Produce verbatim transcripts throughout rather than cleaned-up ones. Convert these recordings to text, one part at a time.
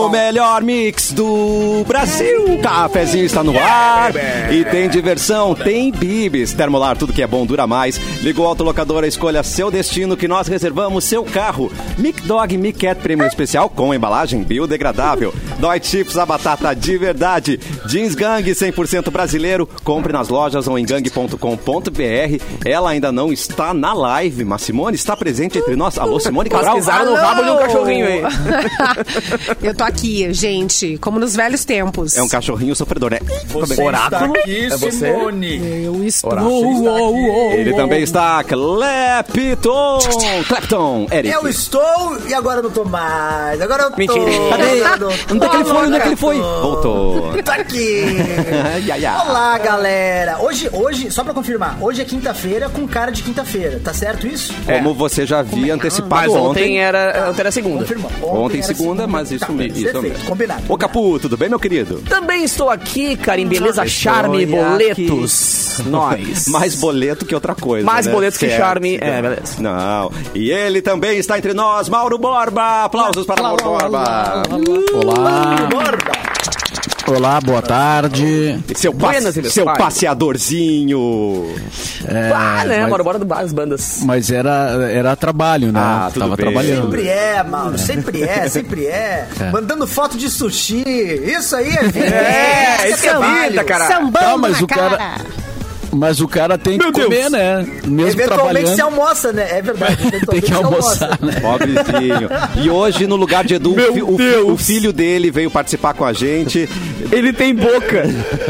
O melhor mix do Brasil. Cafezinho está no ar. E tem diversão, tem bibis. Termolar, tudo que é bom dura mais. Ligou a autolocadora, escolha seu destino que nós reservamos seu carro. Mic Dog Mic Cat Prêmio Especial com embalagem biodegradável. Dói Chips, a batata de verdade. Jeans Gang cem por cento brasileiro. Compre nas lojas ou em gang ponto com ponto b r. Ela ainda não está na live, mas Simone está presente entre nós. Alô, Simone Cabral. Pisaram no rabo de um cachorrinho aí. Eu tô aqui, gente, como nos velhos tempos. É um cachorrinho sofredor, né? Você Oráculo? está aqui, É você? Simone. Eu estou... Ele também está Clepton. Clepton, Eric. Eu estou e agora eu não tô mais. Agora eu tô... Mentirinha. Cadê? Onde é que ele foi? Onde é que ele foi? Voltou. Tô aqui. Ai, ai, ai. Olá, galera. Hoje, hoje, só pra confirmar, hoje é quinta-feira com cara de quinta-feira. Tá certo isso? Como você já havia antecipado Mas ontem ontem. era, ontem era segunda. Confirmou. Ontem, era segunda, mas isso Tá, mesmo. Isso perfeito, mesmo. combinado. Ô, Capu, tudo bem, meu querido? Também estou aqui, cara, em beleza, charme, Estou boletos. Nós. Mais boleto que outra coisa. Mais né? boleto que Certo. charme. É, beleza. Não. E ele também está entre nós, Mauro Borba. Aplausos para Mauro Borba. Olá, Borba. olá, boa tarde. Seu, passe, Buenas, meu seu pai. passeadorzinho. É, Ah, né, mas, mano, bora do bar, as bandas. mas era, era trabalho, né? Ah, tudo Tava bem. trabalhando. Sempre é, Mauro. Sempre é, sempre é. Mandando foto de sushi. Isso aí é vida. É, isso que é trabalho. vida, cara. Sambando Tá, mas na o cara- cara. Mas o cara tem que comer, né? Mesmo Eventualmente se trabalhando. almoça, né? É verdade. Tem Eventualmente que se almoçar, almoça. né? Pobrezinho. E hoje, no lugar de Edu, Meu o, fi- o fi- Deus. o filho dele veio participar com a gente. Ele tem boca.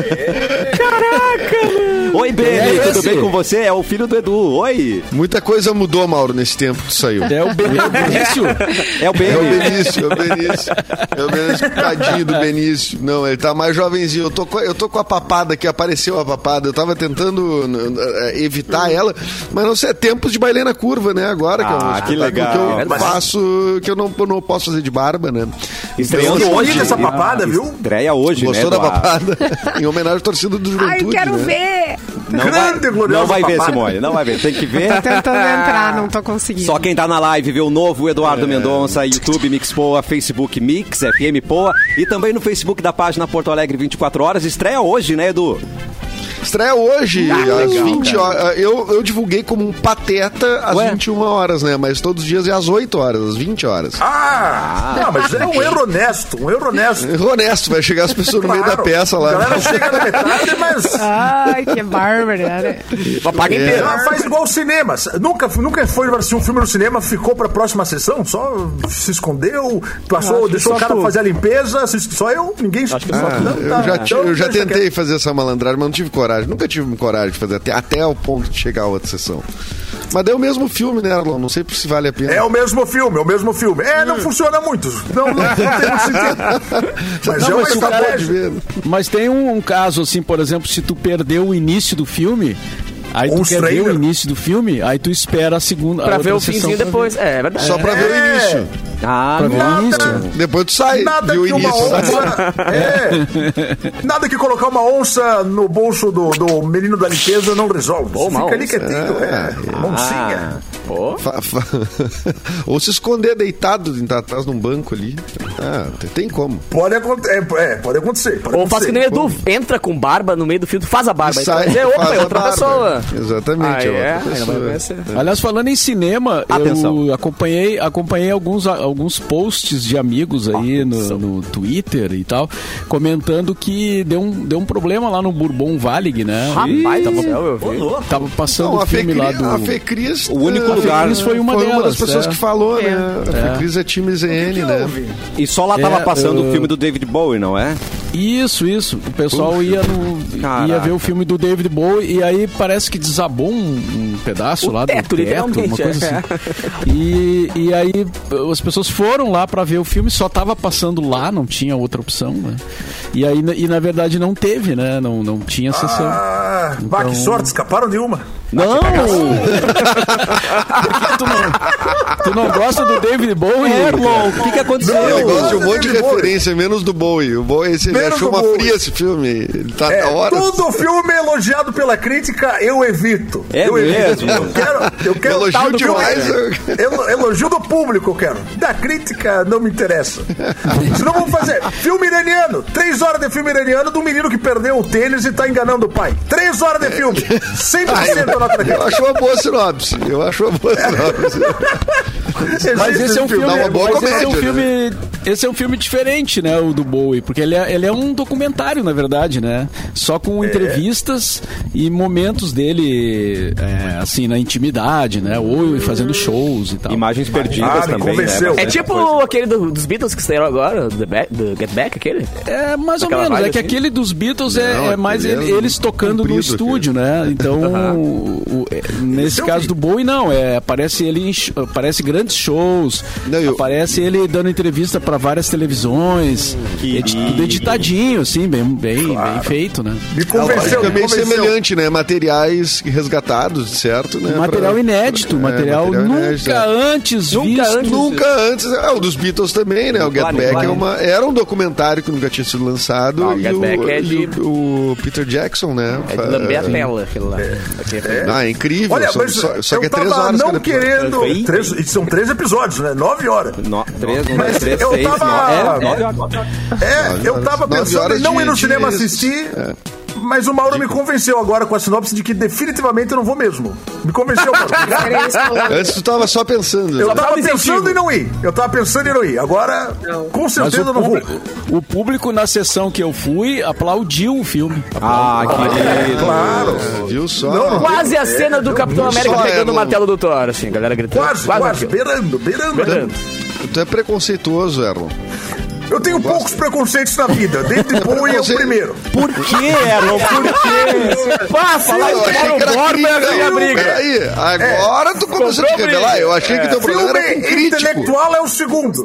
Oi, Beni, É tudo esse? bem com você? É o filho do Edu. Oi. Muita coisa mudou, Mauro, nesse tempo que tu saiu. É o Benício. É o É o Beni. Benício, é o Benício. É o Benício, tadinho do Benício. Não, ele tá mais jovenzinho. Eu tô, com, eu tô com a papada aqui, apareceu a papada. Eu tava tentando n- n- evitar ela, mas não sei, é tempos de bailei na curva, né? Agora que, é um Ah, que espetáculo legal. que eu Verdade. faço, que eu não, eu não posso fazer de barba, né? Estreando Então, hoje. essa papada, viu? Estreia hoje, Gostou né, da Eduardo? papada? Em homenagem à torcida do Juventude, Ai, quero né? ver. Não vai, Grande, gloriosa não vai ver, papada. Simone. Não vai ver. Tem que ver. Tô tentando entrar, não tô conseguindo. Só quem tá na live vê o novo Eduardo Mendonça, YouTube Mix Poa, Facebook Mix, F M Poa e também no Facebook da página Porto Alegre vinte e quatro horas. Estreia hoje, né, Edu? Estreia hoje, Ah, às legal, vinte cara. horas. Eu, eu divulguei como um pateta às Ué? vinte e uma horas, né? Mas todos os dias é às oito horas, às vinte horas. Ah, não, mas é um erro honesto, um erro honesto. Honesto, vai chegar as pessoas no meio da Claro. peça A lá. galera chega na metade, mas Ai, que bárbaro, né? Paga inteiro. ela faz igual o cinema. Nunca, nunca foi assistir um filme no cinema, ficou pra próxima sessão, só se escondeu, passou, deixou o cara fazer a limpeza, só eu, ninguém... Acho que Ah, eu já, ti- eu já tentei fazer essa malandragem, mas não tive coragem. Nunca tive coragem de fazer até, até o ponto de chegar a outra sessão. Mas é o mesmo filme, né, Arlon? Não sei se vale a pena. É o mesmo filme, é o mesmo filme. É, não funciona muito. Não, não, não tem muito sentido. Mas Não, é uma mas o cara- estratégia. Mas tem um, um caso, assim, por exemplo, se tu perdeu o início do filme, aí Um tu quer ver trailer. o início do filme, aí tu espera a segunda. Pra a ver outra o sessão finzinho pra depois. É, é verdade. Só pra ver o É. início. Ah, Pra ver o Nada, início. Depois tu sai, nada viu o que uma início. onça. É. Nada que colocar uma onça no bolso do, do menino da limpeza não resolve. Pô, uma Fica ali onça. quietinho. É, oncinha. Pô. Fa- fa- Ou se esconder deitado atrás de um banco ali. Ah, tem como. Pode, acon- é, é, pode acontecer. Pode Ou faz que acontecer. nem o Edu, entra com barba no meio do filme, tu faz a barba. E sai, Então, é outra, faz é a outra barba. pessoa. Exatamente, Aí é é, outra aí não vai pessoa. conhecer. Aliás, falando em cinema, Atenção. eu acompanhei, acompanhei alguns, alguns posts de amigos aí no, no Twitter e tal, comentando que deu um, deu um problema lá no Bourbon Valig, né? Rapaz tava, do céu, eu vi. tava passando Não, o a filme lá Fecris, do... a Fecris, O único a lugar- Fecris foi uma delas, das pessoas é. que falou, É. né? A Fecris é time Z N, né? E só lá tava É, passando eu- o filme do David Bowie, não é? Isso, isso. O pessoal ia, no, Caraca. ia ver o filme do David Bowie e aí parece que desabou um, um pedaço O lá teto, do teto, literalmente, uma coisa é. assim. E, e aí as pessoas foram lá pra ver o filme, só tava passando lá, não tinha outra opção, né? E aí, e na verdade não teve, né? Não, não tinha sessão. Ah, bah, que Então- sorte, escaparam de uma. Não! tu, não, tu não gosta do David Bowie? Erlon, o que, que aconteceu? Ele gosta de um monte de David Bowie. referência, menos do Bowie. O Bowie, esse, ele Menos achou do uma Bowie. fria esse filme. Ele tá É, da hora. todo filme elogiado pela crítica, eu evito. É eu evito. mesmo? Eu quero, eu quero Elogio tal do demais, filme. Elo- Elogio do público, eu quero. Da crítica, não me interessa. Senão vamos fazer filme iraniano. Três horas de filme iraniano do menino que perdeu o tênis e tá enganando o pai. Três horas de filme. cem por cento a nota da Eu crítica. acho uma boa sinopse. Eu acho uma boa sinopse. Mas esse é um filme, Dá uma boa mas esse é um comédia, filme, esse é um filme diferente, né, o do Bowie, porque ele é, ele é um documentário, na verdade, né, só com entrevistas e momentos dele, é, assim, na intimidade, né, ou fazendo shows e tal. Imagens perdidas Ah, me também, convenceu. né? É tipo aquele do- dos Beatles que saíram agora, do, Back, do Get Back, aquele? É, mais ou Aquela menos, é vibe, que assim? aquele dos Beatles é, Não, é mais aquele ele- é eles tocando no comprido, estúdio, né, então, o- o- é, nesse eu caso vi. do Bowie, não, é, aparece ele em, sh- aparece grandes shows, Não, eu- aparece ele dando entrevista pra várias televisões, Que edi- lindo. tudo editadinho, assim, bem, bem, bem feito, né. Me A convenceu, lógica é me meio convenceu. semelhante, né? Materiais resgatados, certo? Né? Material Pra- inédito, É, material, material nunca inédito, é. antes Nunca visto. antes. Nunca antes. É, o dos Beatles também, né? O Get Claro, Back claro. é uma, era um documentário que nunca tinha sido lançado. Ah, o e Get Back é de- o, o Peter Jackson, né? É de lamber a tela, aquele lá. Ah, é incrível. Olha, só, mas só, só eu que é três tava horas não cada episódio. querendo... Foi? Três, e são três episódios, né? Nove horas. No, três, um, Mas dois, três, eu seis, tava- nove. É, nove horas. É, eu tava Nove pensando horas em não de- ir no de- cinema assistir, mas o Mauro me convenceu agora com a sinopse de que definitivamente eu não vou mesmo. Me convenceu, Mauro. Antes tu tava só pensando. Eu né? tava incentivo. pensando em não ir. Eu tava pensando em não ir. Agora, com Mas certeza o eu não vou. público, o público na sessão que eu fui aplaudiu o filme. Ah, que lindo. Claro. É, viu só? Não, não. Quase a cena do Capitão não América só é, pegando o não. martelo do Thor, assim, galera gritando. Quase, quase. aquilo. Beirando, beirando. Beirando. Tu é preconceituoso, Erlon. Eu tenho poucos preconceitos na vida. David Bowie é o Preconceito. primeiro. Por que, Erlon? Por quê? Pá, falar Eu isso achei que para era o Borba é a crítica. minha briga. Peraí, agora tu começou a te Comprou revelar. briga. Eu achei que teu problema era com Filme crítico. intelectual é o segundo.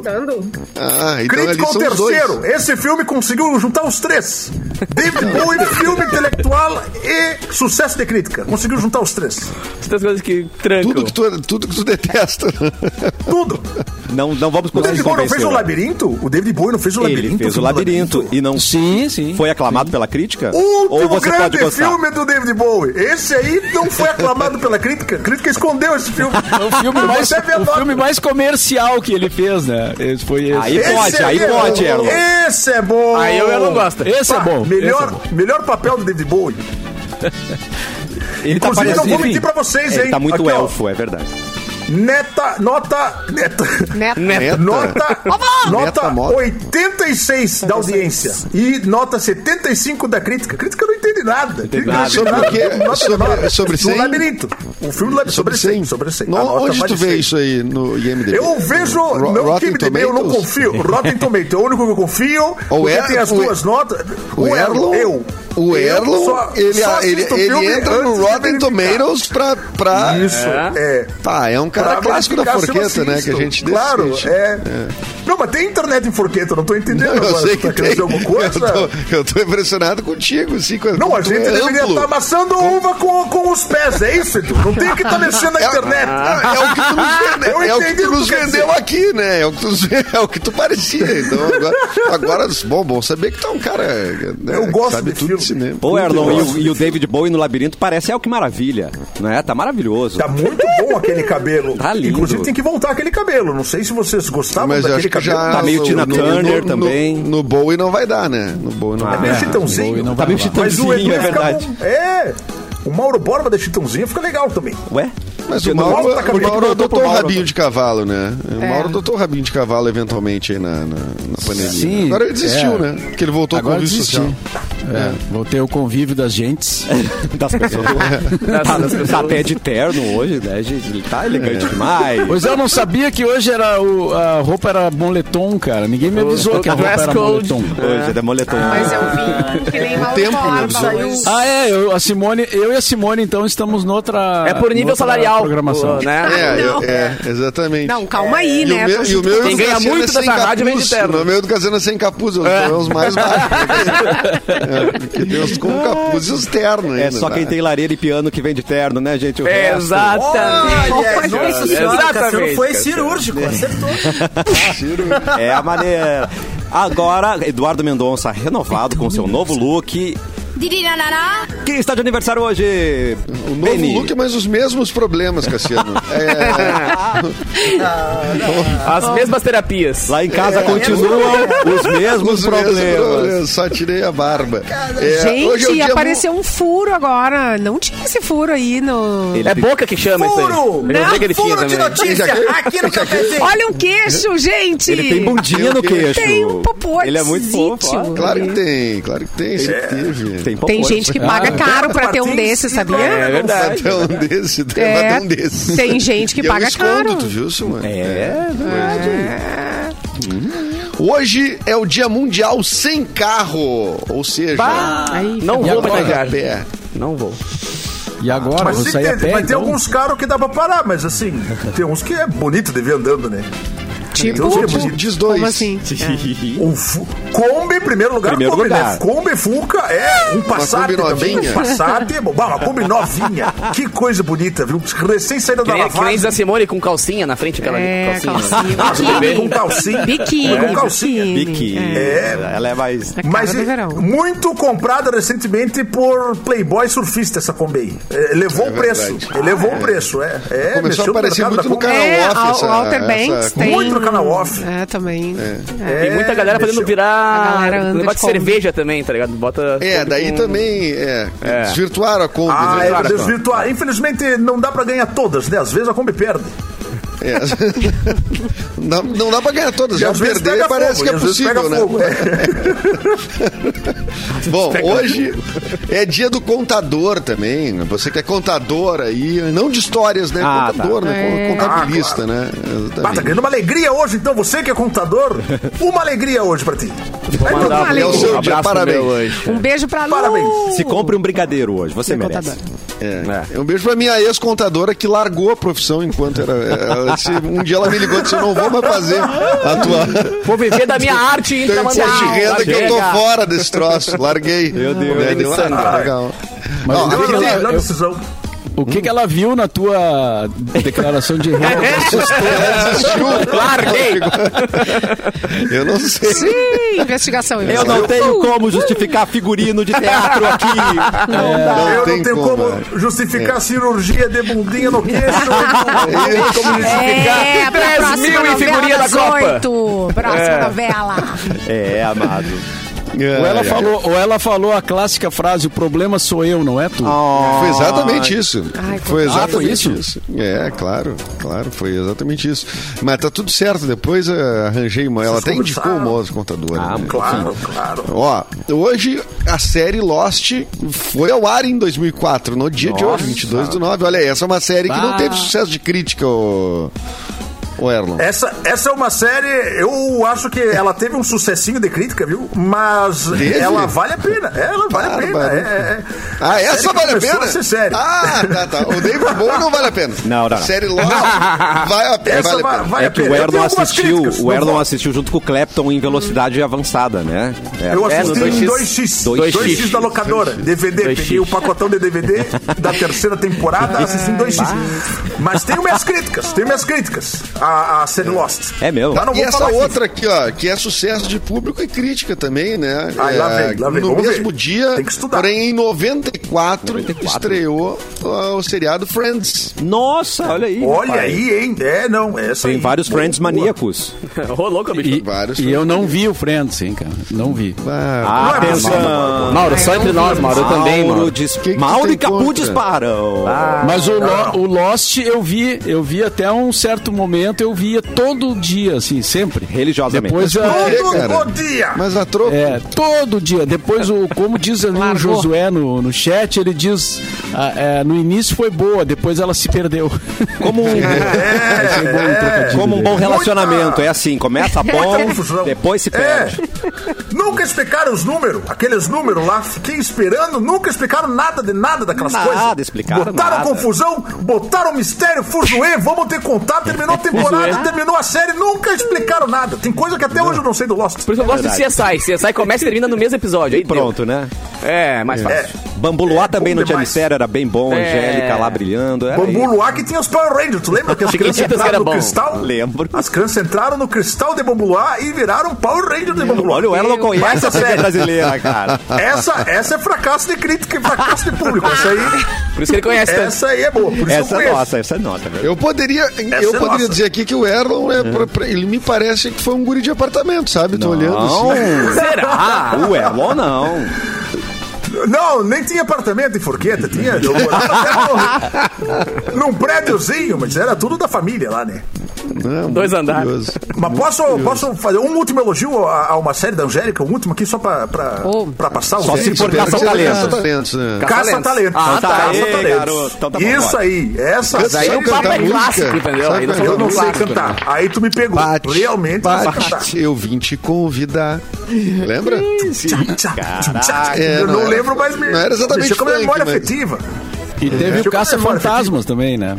Ah, então Crítico ali é o são os dois. terceiro. Esse filme conseguiu juntar os três. David Bowie, filme intelectual e sucesso de crítica. Conseguiu juntar os três. Essas coisas que trancam. Tudo que tu, tudo que tu detesta. Tudo. Não, não vamos O David conseguir Bowie não fez convencer. o labirinto? O David Bowie não fez o labirinto? Ele fez o filme do labirinto e não Sim, sim. foi aclamado pela crítica? Último Ou você pode grande gostar? filme do David Bowie. Esse aí não foi aclamado pela crítica. A crítica escondeu esse filme. É o filme mais, Você vê o logo. filme mais comercial que ele fez, né? Esse foi esse. Aí Esse pode, aí é pode, bom. Erlon. Esse é bom. Aí eu, eu não gosto. Esse é Pá, bom. Melhor, esse é bom. melhor papel do David Bowie. Ele tá Inclusive, não vou parecendo- mentir pra vocês, Ele hein? tá muito Aqui, ó. elfo, é verdade. Neta, nota, neta, Neto. Neta. nota, nota Neta, moto. oitenta e seis da audiência e nota setenta e cinco da crítica. A crítica não entende nada. Crítica não nada. entende Sobre nada. o quê? Nota Sobre- nova. sobre Do cem? labirinto. O filme do labirinto. Sobre cem. Sobre cem. No, A nota onde vai tu de vê cem. isso aí no I M D B? Eu vejo, Ro- não Rotten que eu não Tomatoes? confio. Rotten Tomatoes é o único que eu confio. O porque Er- tem as o duas Er- notas. O Erlon, eu. o eu Erlon, só- ele, só ele, assisto o ele filme entra no antes de Rotten verificar. Tomatoes pra... pra... Isso, é. Tá, é um cara Pra clássico da verificar se eu forqueta, né? Que a assisto. gente Claro, decide. é. Não, mas tem internet em forqueta, eu não tô entendendo Eu agora. sei Tu tá que querendo tem. dizer alguma coisa? Eu tô, eu tô impressionado contigo, assim. com- Não, a tu gente é deveria amplo. estar amassando uva com, com os pés, é isso, Edu? Não tem que estar mexendo na É, internet. é o que tu nos, vende, Eu é o que entendi tu o que nos quer vendeu dizer. aqui, né? É o que tu, nos- é o que tu parecia. Então agora, agora bom, bom saber que tu é um cara, né, Eu que gosto sabe de tudo filme. de cinema. Ô, Erlon, Eu e gosto o, e o David Bowie no labirinto parece algo que maravilha, né? Tá maravilhoso. Tá muito bom aquele cabelo. Tá lindo. Inclusive tem que voltar aquele cabelo. Não sei se vocês gostavam Mas eu daquele acho que cabelo. já. Tá meio no- Tina no- Turner no- também. No, no Bowie não vai dar, né? No Bowie não Ah, vai Meio dar. chitãozinho. Bowie não Tá meio vai Mas o chitãozinho, Edu é fica verdade. bom. É. O Mauro Borba da Chitãozinho fica legal também. Ué? Mas Eu o não- Mauro, Mauro tá o caminhando, Mauro voltou pro adotou o Mauro. rabinho de cavalo, né? O É. Mauro adotou o rabinho de cavalo eventualmente aí na, na, na pandemia. Sim, Agora ele desistiu, é. né? Porque ele voltou com o Agora convívio desisti. social. É, voltei ao convívio das gentes. Das pessoas. tá, tá até de terno hoje, né? gente? Ele tá elegante demais. Pois eu não sabia que hoje era o, a roupa era moletom, cara. Ninguém me avisou O- que a o roupa dress era code. moletom. Hoje é da moletom. Mas eu vim que nem Mauro tempo, Borba né, saiu. hoje. Ah, é, eu, a Simone, eu e a Simone, então, estamos noutra. É por nível noutra salarial, programação. o- né? É, não. é, exatamente. Não, calma aí, E né? o meu, e o meu Quem do ganha Cassiano muito é sem dessa rádio vem de capuz. terno. O meu do Cassiano é sem capuz, os É. os mais baixos. É, porque tem os com capuz e os ternos ainda. É só quem né? tem lareira e piano que vem de terno, né, gente? O resto- Exatamente. Olha, nossa senhora, Exatamente, Cassiano foi Cassiano. cirúrgico, acertou. É a maneira. Agora, Eduardo Mendonça renovado com seu novo look. Quem está de aniversário hoje? O novo Beni. look, mas os mesmos problemas, Cassiano. É, As mesmas terapias. Lá em casa continuam os mesmos os problemas. mesmos problemas. Só tirei a barba. É, hoje é o Gente, dia apareceu um furo agora. Não tinha esse furo aí no... Ele- É boca que chama isso aí. Furo! Eu sei que ele tinha Furo de também. notícia aqui no cafezinho. Olha um queixo, gente! Ele tem bundinha no queixo. Tem um popô Ele é muito fofo. ó. Claro que tem, claro que tem, sempre teve. Tem, Tem gente que paga caro pra ter um Martins desses, e sabia? É verdade. Até um desse, até É, um desses. tem gente que E eu paga escondo, caro. tu viu, Silmar? É, Hoje é o Dia Mundial Sem Carro, ou seja, Aí, Não E vou agora? mais a viajar. pé. Não vou. E agora? Mas, Vou sim, sair a tem, pé, mas tem então? alguns carros que dá pra parar, mas assim, tem uns que é bonito de ver andando, né? Tipo, Tem uns que é Diz- bonito. Diz dois. como assim? O Fu- Kombi, em primeiro lugar, Primeiro Kombi, lugar. né? Kombi Fuca é um Passat Kombi também. novinha. Um Passat, é bom. Bah, uma Kombi novinha. Que coisa bonita, viu? Recém saída Que da nem, que nem lavagem. diz a Simone com calcinha na frente, aquela É, calcinha. calcinha. Ah, tudo bem, com Biquíni. calcinha. Biquíni. Com calcinha. Biquíni. É. Ela é mais. A cara Mas do é verão. muito comprada recentemente por Playboy surfista, essa Kombi aí. É, elevou É o preço. verdade. Elevou o preço, é. é Começou mexeu a aparecer mercado muito da no Kombi. canal É, off. o essa- Walter essa- Banks tem... Muito no canal off. É, também. É, Tem muita galera fazendo mexeu. A virar galera anda negócio de de Kombi. cerveja também, tá ligado? Bota. É, Kombi daí com- também, é, É. desvirtuaram a Kombi. Ah, né? é Claro, desvirtuar. Infelizmente, não dá pra ganhar todas, né? Às vezes a Kombi perde. É. não, não dá pra ganhar todas, E já às vezes perder pega parece fogo, que e é às vezes possível, pega né? fogo, né? Bom, hoje é dia do contador também. Você que é contador aí, não de histórias, né? Ah, contador, tá. né? É. Contabilista, Ah, né? Ah, tá Exatamente. ganhando uma alegria hoje, então. Você que é contador, uma alegria hoje pra ti. Vou mandar É o seu um dia, abraço parabéns. meu hoje. Um beijo pra Lu. Parabéns. Se compre um brigadeiro hoje, você Seu merece. contador. É. Um beijo pra minha ex-contadora que largou a profissão enquanto era. Ela disse- um dia ela me ligou e disse: eu não vou mais fazer a tua. Vou viver da minha arte e Tem imposto de renda que eu tô fora desse troço. Larguei. Meu Deus. Né, Ele deu- sangra. ah, legal. Mas Não, o que, Melhor, que ela, melhor eu- decisão. o que que ela viu na tua declaração de renda? Ela desistiu. Larguei. Eu não sei. Sim, investigação. Eu não tenho como justificar figurino de teatro aqui. Não eu tem não tenho como, como, né? cirurgia cirurgia de bundinha no queixo. Não tem como justificar. É, pra três próxima mil em novela figurinha das da Copa. oito. Próxima novela. É, amado. Ou ela, Ai, ai, falou, ou ela falou a clássica frase: o problema sou eu, não é tu. Foi exatamente isso. Ai, foi ah, foi exatamente isso? isso. É, claro, claro, foi exatamente isso. Mas tá tudo certo, depois eh, arranjei uma. Ela até Vocês indicou uma outra contadora. Ah, né? Claro, claro. Ó, hoje a série Lost foi ao ar em dois mil e quatro, no dia de hoje, vinte e dois do nove. Olha aí, essa é uma série que não Bah. teve sucesso de crítica, ô, ô Erlon. Essa, essa é uma série, eu acho que ela teve um sucessinho de crítica, viu? Mas Teve? ela vale a pena. Ela vale a pena. Bárbara. É, é. Ah, A essa série vale a começou pena? a ser séria. Ah, tá, tá. O David Bowie não vale a pena. Não, não, não. Série Lost vai a pena, Essa vale a vai- pena. vai É a que pena. o Eu Erlon tenho algumas assistiu, críticas, o não Erlon vou- assistiu junto com o Clapton em velocidade avançada, né? É. Eu É, no assisti dois em X. dois X. dois dois X. X da locadora. D V D. dois Peguei X. o pacotão de D V D da terceira temporada, assisti em dois X. Mas tenho minhas críticas. Tenho minhas críticas. A, a série Lost. É mesmo? Mas não E vou essa falar aqui. outra aqui, ó, que é sucesso de público e crítica também, né? Ai, lá É, vem, lá vem. No Vamos mesmo ver. dia, Tem que estudar. porém em noventa e quatro, estreou ó, o seriado Friends. Nossa, olha aí. Olha rapaz. aí, hein? É, não. Essa Tem aí. vários Boa, Friends boa. maníacos. Ô, louco, bicho. E, Vários e eu não vi o Friends, sim, cara. Não vi. Ah, Não é possível. Atenção. Mauro, só entre nós, Mauro. Eu também, Mauro, Mauro. dis... que tu Mauro tem e Capu contra? disparam. Mas o, Lo- não. o Lost eu vi, eu vi até um certo momento, eu via todo dia, assim, sempre. Religiosamente. Depois, Por a- quê, Todo cara? o dia. Mas a troco. é, todo dia. Depois, o, como diz ali o Largou. Josué no, no chat, ele diz: ah, é, no início foi boa, depois ela se perdeu. Como um, Achei bom o trocadilho como um dele. bom relacionamento. É assim, começa bom, confusão. depois se É. perde. Nunca explicaram os números, aqueles números lá, fiquei esperando, nunca explicaram nada de nada daquelas Nada, coisas. explicaram Botaram nada. confusão, botaram mistério, fuzuê, vamos ter contato, terminou a temporada. temporada, zoeira. terminou a série, nunca explicaram nada. Tem coisa que até hoje eu não sei do Lost. Por isso eu gosto de C S I. C S I começa e termina no mesmo episódio. Aí deu. Pronto, né? É, mais fácil. É. Bambu Luar É, também bom não tinha demais. mistério, era bem bom, É. Angélica lá brilhando. Era Bambu isso. Luar que tinha os Power Rangers, tu lembra que as crianças Chiquititas que entraram era no bom. cristal? Lembro. As crianças entraram no cristal de Bambu Luar e viraram Power Rangers de Bambu Luar. Olha, o Ela não conhece Essa a série série. brasileira, cara. Essa, essa é fracasso de crítica e fracasso de público. Essa aí, Por isso que ele conhece tanto. essa aí é boa. Por isso eu Essa é conheço. nossa, essa é nossa. Velho. Eu poderia, eu é poderia nossa. dizer aqui que o Erlon, é, pra- pra- ele me parece que foi um guri de apartamento, sabe? Tô olhando Não, assim. Será? o Elon não. Não, nem tinha apartamento em Forqueta, tinha. Eu morava até no- num prédiozinho, mas era tudo da família lá, né? Não, Dois muito andares. curioso. Mas posso, posso fazer um último elogio a, a uma série da Angélica? Um último aqui só pra, pra, Oh. pra passar o Só se tempo. for Espero que seja caça-talentos. caça-talentos, né? Caça-talentos. Ah, tá. Caça-talentos. Aê, garoto. Então tá bom, Isso bora. aí, essa Mas aí série eu O papo cantar é música. clássico, entendeu? Sabe Aí não qual é? eu falamos não do sei clássico. cantar. Aí tu me pegou. Bate, Realmente não sei cantar. bate, eu vim te convidar. Lembra? Tchá, tchá, tchá, tchá. É, eu não não era- lembro mais mesmo. não era exatamente Mexeu com a funk, memória mas- afetiva. E teve Deixa o eu Caça-Fantasmas também, né?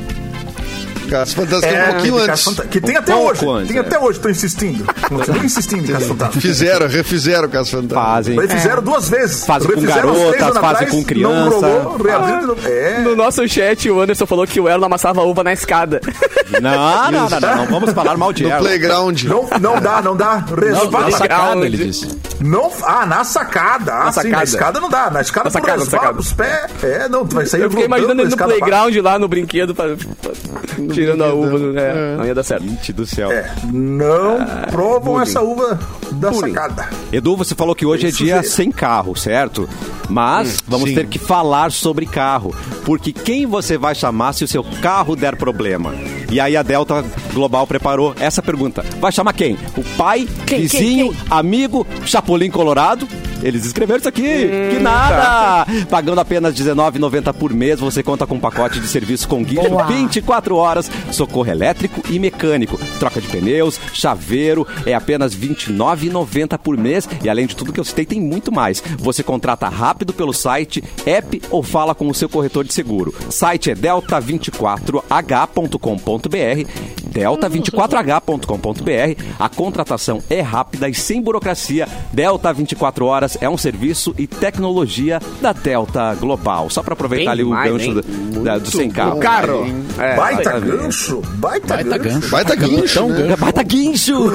Caça Fantasma É, um pouquinho que antes. Caça-Fanta- que tem Um até pouco hoje. antes, Tem é. até hoje, tô insistindo. Continuo insistindo em Caça-Fantasma. Fizeram, refizeram o Caça Fantasma. Fazem. Daí fizeram duas vezes. Fazem com Refizeram uns três garotas, anos fazem atrás, com criança. Não rolou, reabriram de novo. É. No nosso chat, o Anderson falou que o Erlon amassava uva na escada. Não, não, não, não, não vamos falar mal de No ela. playground. Não, não dá, não dá. Não, Resvala. na sacada, onde? ele disse. Não, ah, na sacada. Ah, Na sim, sacada. na escada não dá. Na escada Na tu sacada, na resvala sacada. os pés. É, não, tu vai sair Eu fiquei rodando imaginando na ele no escada baixa. playground lá no brinquedo, pra, pra- tirando a uva. no- É, não ia dar certo. Gente do céu. É, não provam essa uva da Bullying. sacada. Edu, você falou que hoje é Isso dia mesmo. sem carro, certo? Mas vamos sim. ter que falar sobre carro. Porque quem você vai chamar se o seu carro der problema? E aí a Delta Global preparou essa pergunta. Vai chamar quem? O pai, Quem, vizinho, quem, amigo, Chapolin Colorado? Eles escreveram isso aqui. Hum, que nada! Pagando apenas dezenove reais e noventa centavos por mês, você conta com um pacote de serviço com guincho Boa. vinte e quatro horas, socorro elétrico e mecânico, troca de pneus, chaveiro, é apenas vinte e nove reais e noventa centavos por mês. E além de tudo que eu citei, tem muito mais. Você contrata rápido pelo site, app ou fala com o seu corretor de seguro. Site é delta vinte e quatro h ponto com ponto b r, delta vinte e quatro h ponto com ponto b r. A contratação é rápida e sem burocracia. Delta vinte e quatro horas é um serviço e tecnologia da Delta Global. Só para aproveitar Bem ali o demais, gancho hein? do, da- do sem carro. O carro. É, Baita vai ver. gancho, baita, Baita gancho. gancho. Baita gancho, Então, né? gancho. Baita guincho!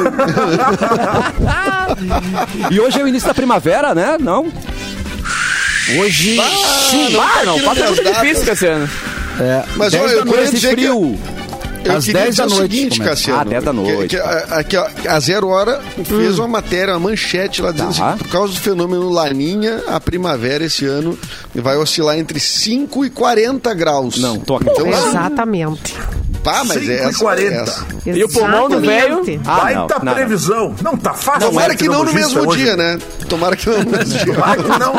E hoje é o início da primavera, né? Não? Hoje. Sim, ah, não, aqui passa nas muito datas. difícil, Cassiano. É, Mas dez olha, da eu queria noite, dizer que- Frio. Eu Às queria dez dizer da o noite seguinte, começa. Cassiano. Ah, dez da noite. Que, que, a, aqui, ó, a Zero Hora fez uma matéria, uma manchete lá dizendo Tá. assim, por causa do fenômeno Laninha, a primavera esse ano vai oscilar entre cinco e quarenta graus. Não, tô aqui. Então, assim, Exatamente. pá, mas é cinco e essa, quarenta. essa. E o pulmão do velho? Exatamente. Ah, Baita não, não, não. previsão. Não, tá fácil. Tomara que não no meteorologista mesmo hoje. dia, né? Tomara que não no mesmo dia. Tomara que não.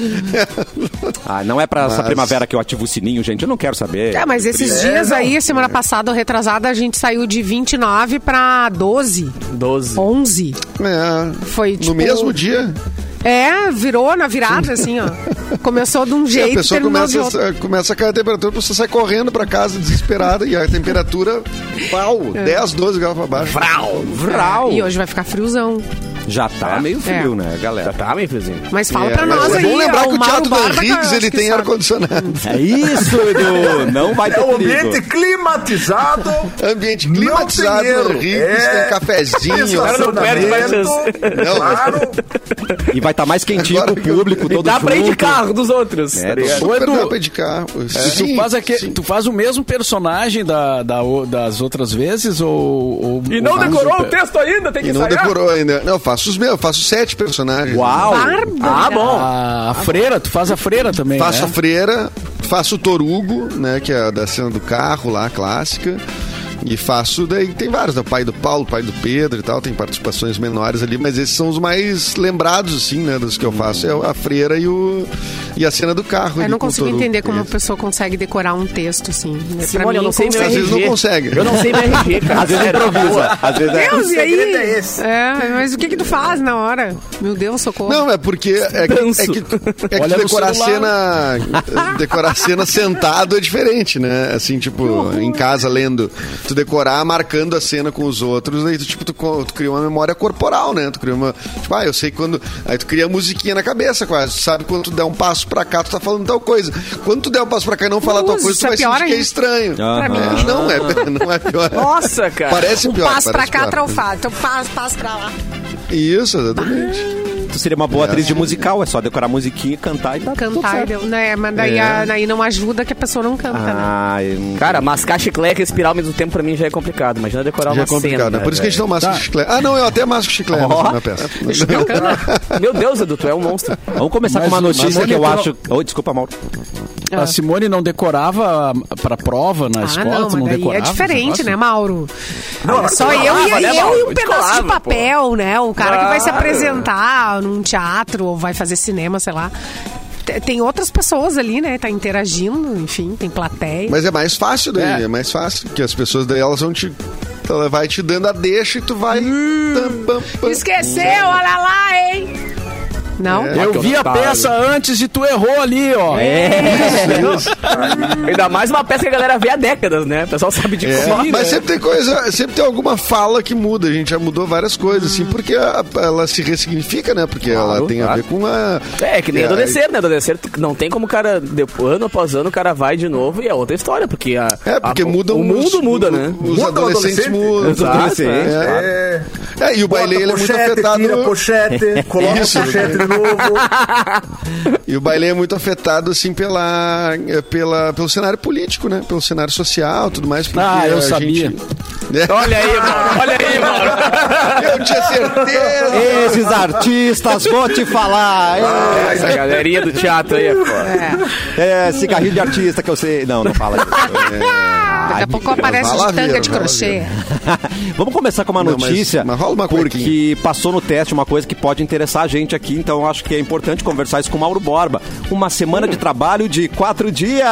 Ah, não é pra essa Mas- primavera que eu ativo o sininho, gente. Eu não quero saber. É, mas esses É, dias não. aí, semana passada ou retrasada, a gente saiu de vinte e nove pra doze, doze. onze. É, Foi tipo. no mesmo dia. É, virou na virada, assim, ó. Começou de um E a jeito e pessoa terminou de começa, outro. a- começa a cair a temperatura, a pessoa sai correndo pra casa desesperada e a temperatura, pau, dez, doze graus pra baixo. Vrau. Vral. E hoje vai ficar friozão. Já tá meio frio, né, galera? Tá meio friozinho. Mas fala É, pra mas nós é aí. bom lembrar ó, que o Mauro Teatro do Barba, Henriques, acho ele que tem sabe. ar-condicionado. É isso, Edu. Não vai É ter um perigo. ambiente climatizado. Ambiente Não climatizado tem erro. no Henriques, É. tem cafezinho. Cara, não perde mais Estacionamento. Não. Claro. E vai estar mais quentinho Agora pro que eu- público, todo Dá pra ir de junto. carro dos outros. É, tá ligado? do- Ô, Super Edu, dá pra ir de carro. tu, Sim, faz aque- sim. tu faz o mesmo personagem da, da o- das outras vezes ou... ou E não ou faz decorou o o pe- texto ainda, tem que E não ensaiar. decorou ainda. Não, eu faço os meus, eu faço sete personagens. Uau! Bárbara. Ah, bom. A, a freira, tu faz a freira também, Faço né? a freira, faço o Torugo, né, que é a da cena do carro lá, clássica. E faço, daí tem vários, né, o pai do Paulo, o pai do Pedro e tal, tem participações menores ali, mas esses são os mais lembrados, assim, né, dos que eu faço. É a freira e, o, e a cena do carro. Eu ali não com o consigo Torugo. entender como a Esse. pessoa consegue decorar um texto, assim. Pra Simone, mim, eu não sei meu Às R G. vezes não consegue. Eu não sei meu R G, cara. Às vezes Sério. improvisa. Às vezes é... Deus, e aí? segredo é esse. É, mas o que que tu faz na hora? Meu Deus, socorro. Não, é porque é que, Danço. é que, é que Olha no decorar a celular. cena decorar a cena sentado é diferente, né? Assim, tipo, em casa lendo. Tu tu decorar marcando a cena com os outros, aí tu, tipo, tu, tu cria uma memória corporal, né? Tu cria uma... Tipo, ah, eu sei quando... Aí tu cria a musiquinha na cabeça, quase. Tu sabe quando tu der um passo pra cá, tu tá falando tal coisa. Quando tu der um passo pra cá e não falar tal coisa, tu vai sentir que é estranho. Pra mim. É, não, é, não é pior. Nossa, cara. Parece pior. Passo pra parece cá, pior. tralfado. Então passo, passo pra lá. Isso, exatamente. Tu seria uma boa atriz de musical, é só decorar a musiquinha, cantar e tá tudo Cantar, certo. deu, né? Mas daí, É. a- daí não ajuda que a pessoa não canta, né? Ah, eu- Cara, mascar chiclete e respirar ao mesmo tempo pra mim já é complicado. Imagina decorar Já uma é complicado, cena. né? Por isso que a gente não masca Tá. chiclete. Ah, não, eu até masco chiclete Ó. na peça. Meu Deus, Edu, tu é um monstro. Vamos começar Mas com uma o- notícia Simone, que eu tu não- acho... Oi, desculpa, Mauro. A Simone não decorava pra prova na Ah, escola? não, tu não mas daí decorava? é diferente, esse né, negócio? Mauro? Não, Olha ela só eu, colava, e, né, eu Mauro? e um pedaço de Descolava, pô. papel, né? O cara que vai se Ah. apresentar num teatro ou vai fazer cinema, sei lá. T- Tem outras pessoas ali, né? Tá interagindo, enfim, tem plateia. Mas é mais fácil daí, é, É. mais fácil. Porque as pessoas daí, elas vão te... Ela vai te dando a deixa e tu vai... Tam, pam, pam. Esqueceu, olha lá, hein? Não? É. Eu vi a peça antes e tu errou ali, ó. Ainda mais uma peça que a galera vê há décadas, né? O pessoal sabe de É, cor. mas sempre tem coisa, sempre tem alguma fala que muda. A gente já mudou várias coisas, assim, porque a- ela se ressignifica, né? Porque ela Claro, tem a claro. ver com a. É, que nem É, adolescer, né? Adolescer, tu- não tem como o cara, depois, ano após ano, o cara vai de novo e é outra história, porque a, É, porque a- mudam o mundo os- muda, os- né? Os Muda o adolescentes adolescente. mudam. Exato, É. É. É, e o baile ele é muito pochete, afetado. tira a pochete, coloca Isso. a pochete de novo. E o baile é muito afetado, assim, pela, pela, pelo cenário político, né? Pelo cenário social, tudo mais. porque Ah, eu a sabia. gente- É. Olha aí, mano. Olha aí, mano. Eu tinha certeza. Esses artistas, vou te falar. É, Essa galerinha do teatro aí é foda. é, cigarrinho de artista que eu sei. Não, não fala isso. Daqui a pouco aparece vai lá de tanga ver, de vai lá crochê. Vamos começar com uma Não, mas- notícia, mas rola uma porque passou no teste uma coisa que pode interessar a gente aqui, então eu acho que é importante conversar isso com o Mauro Borba. Uma semana de trabalho de quatro dias.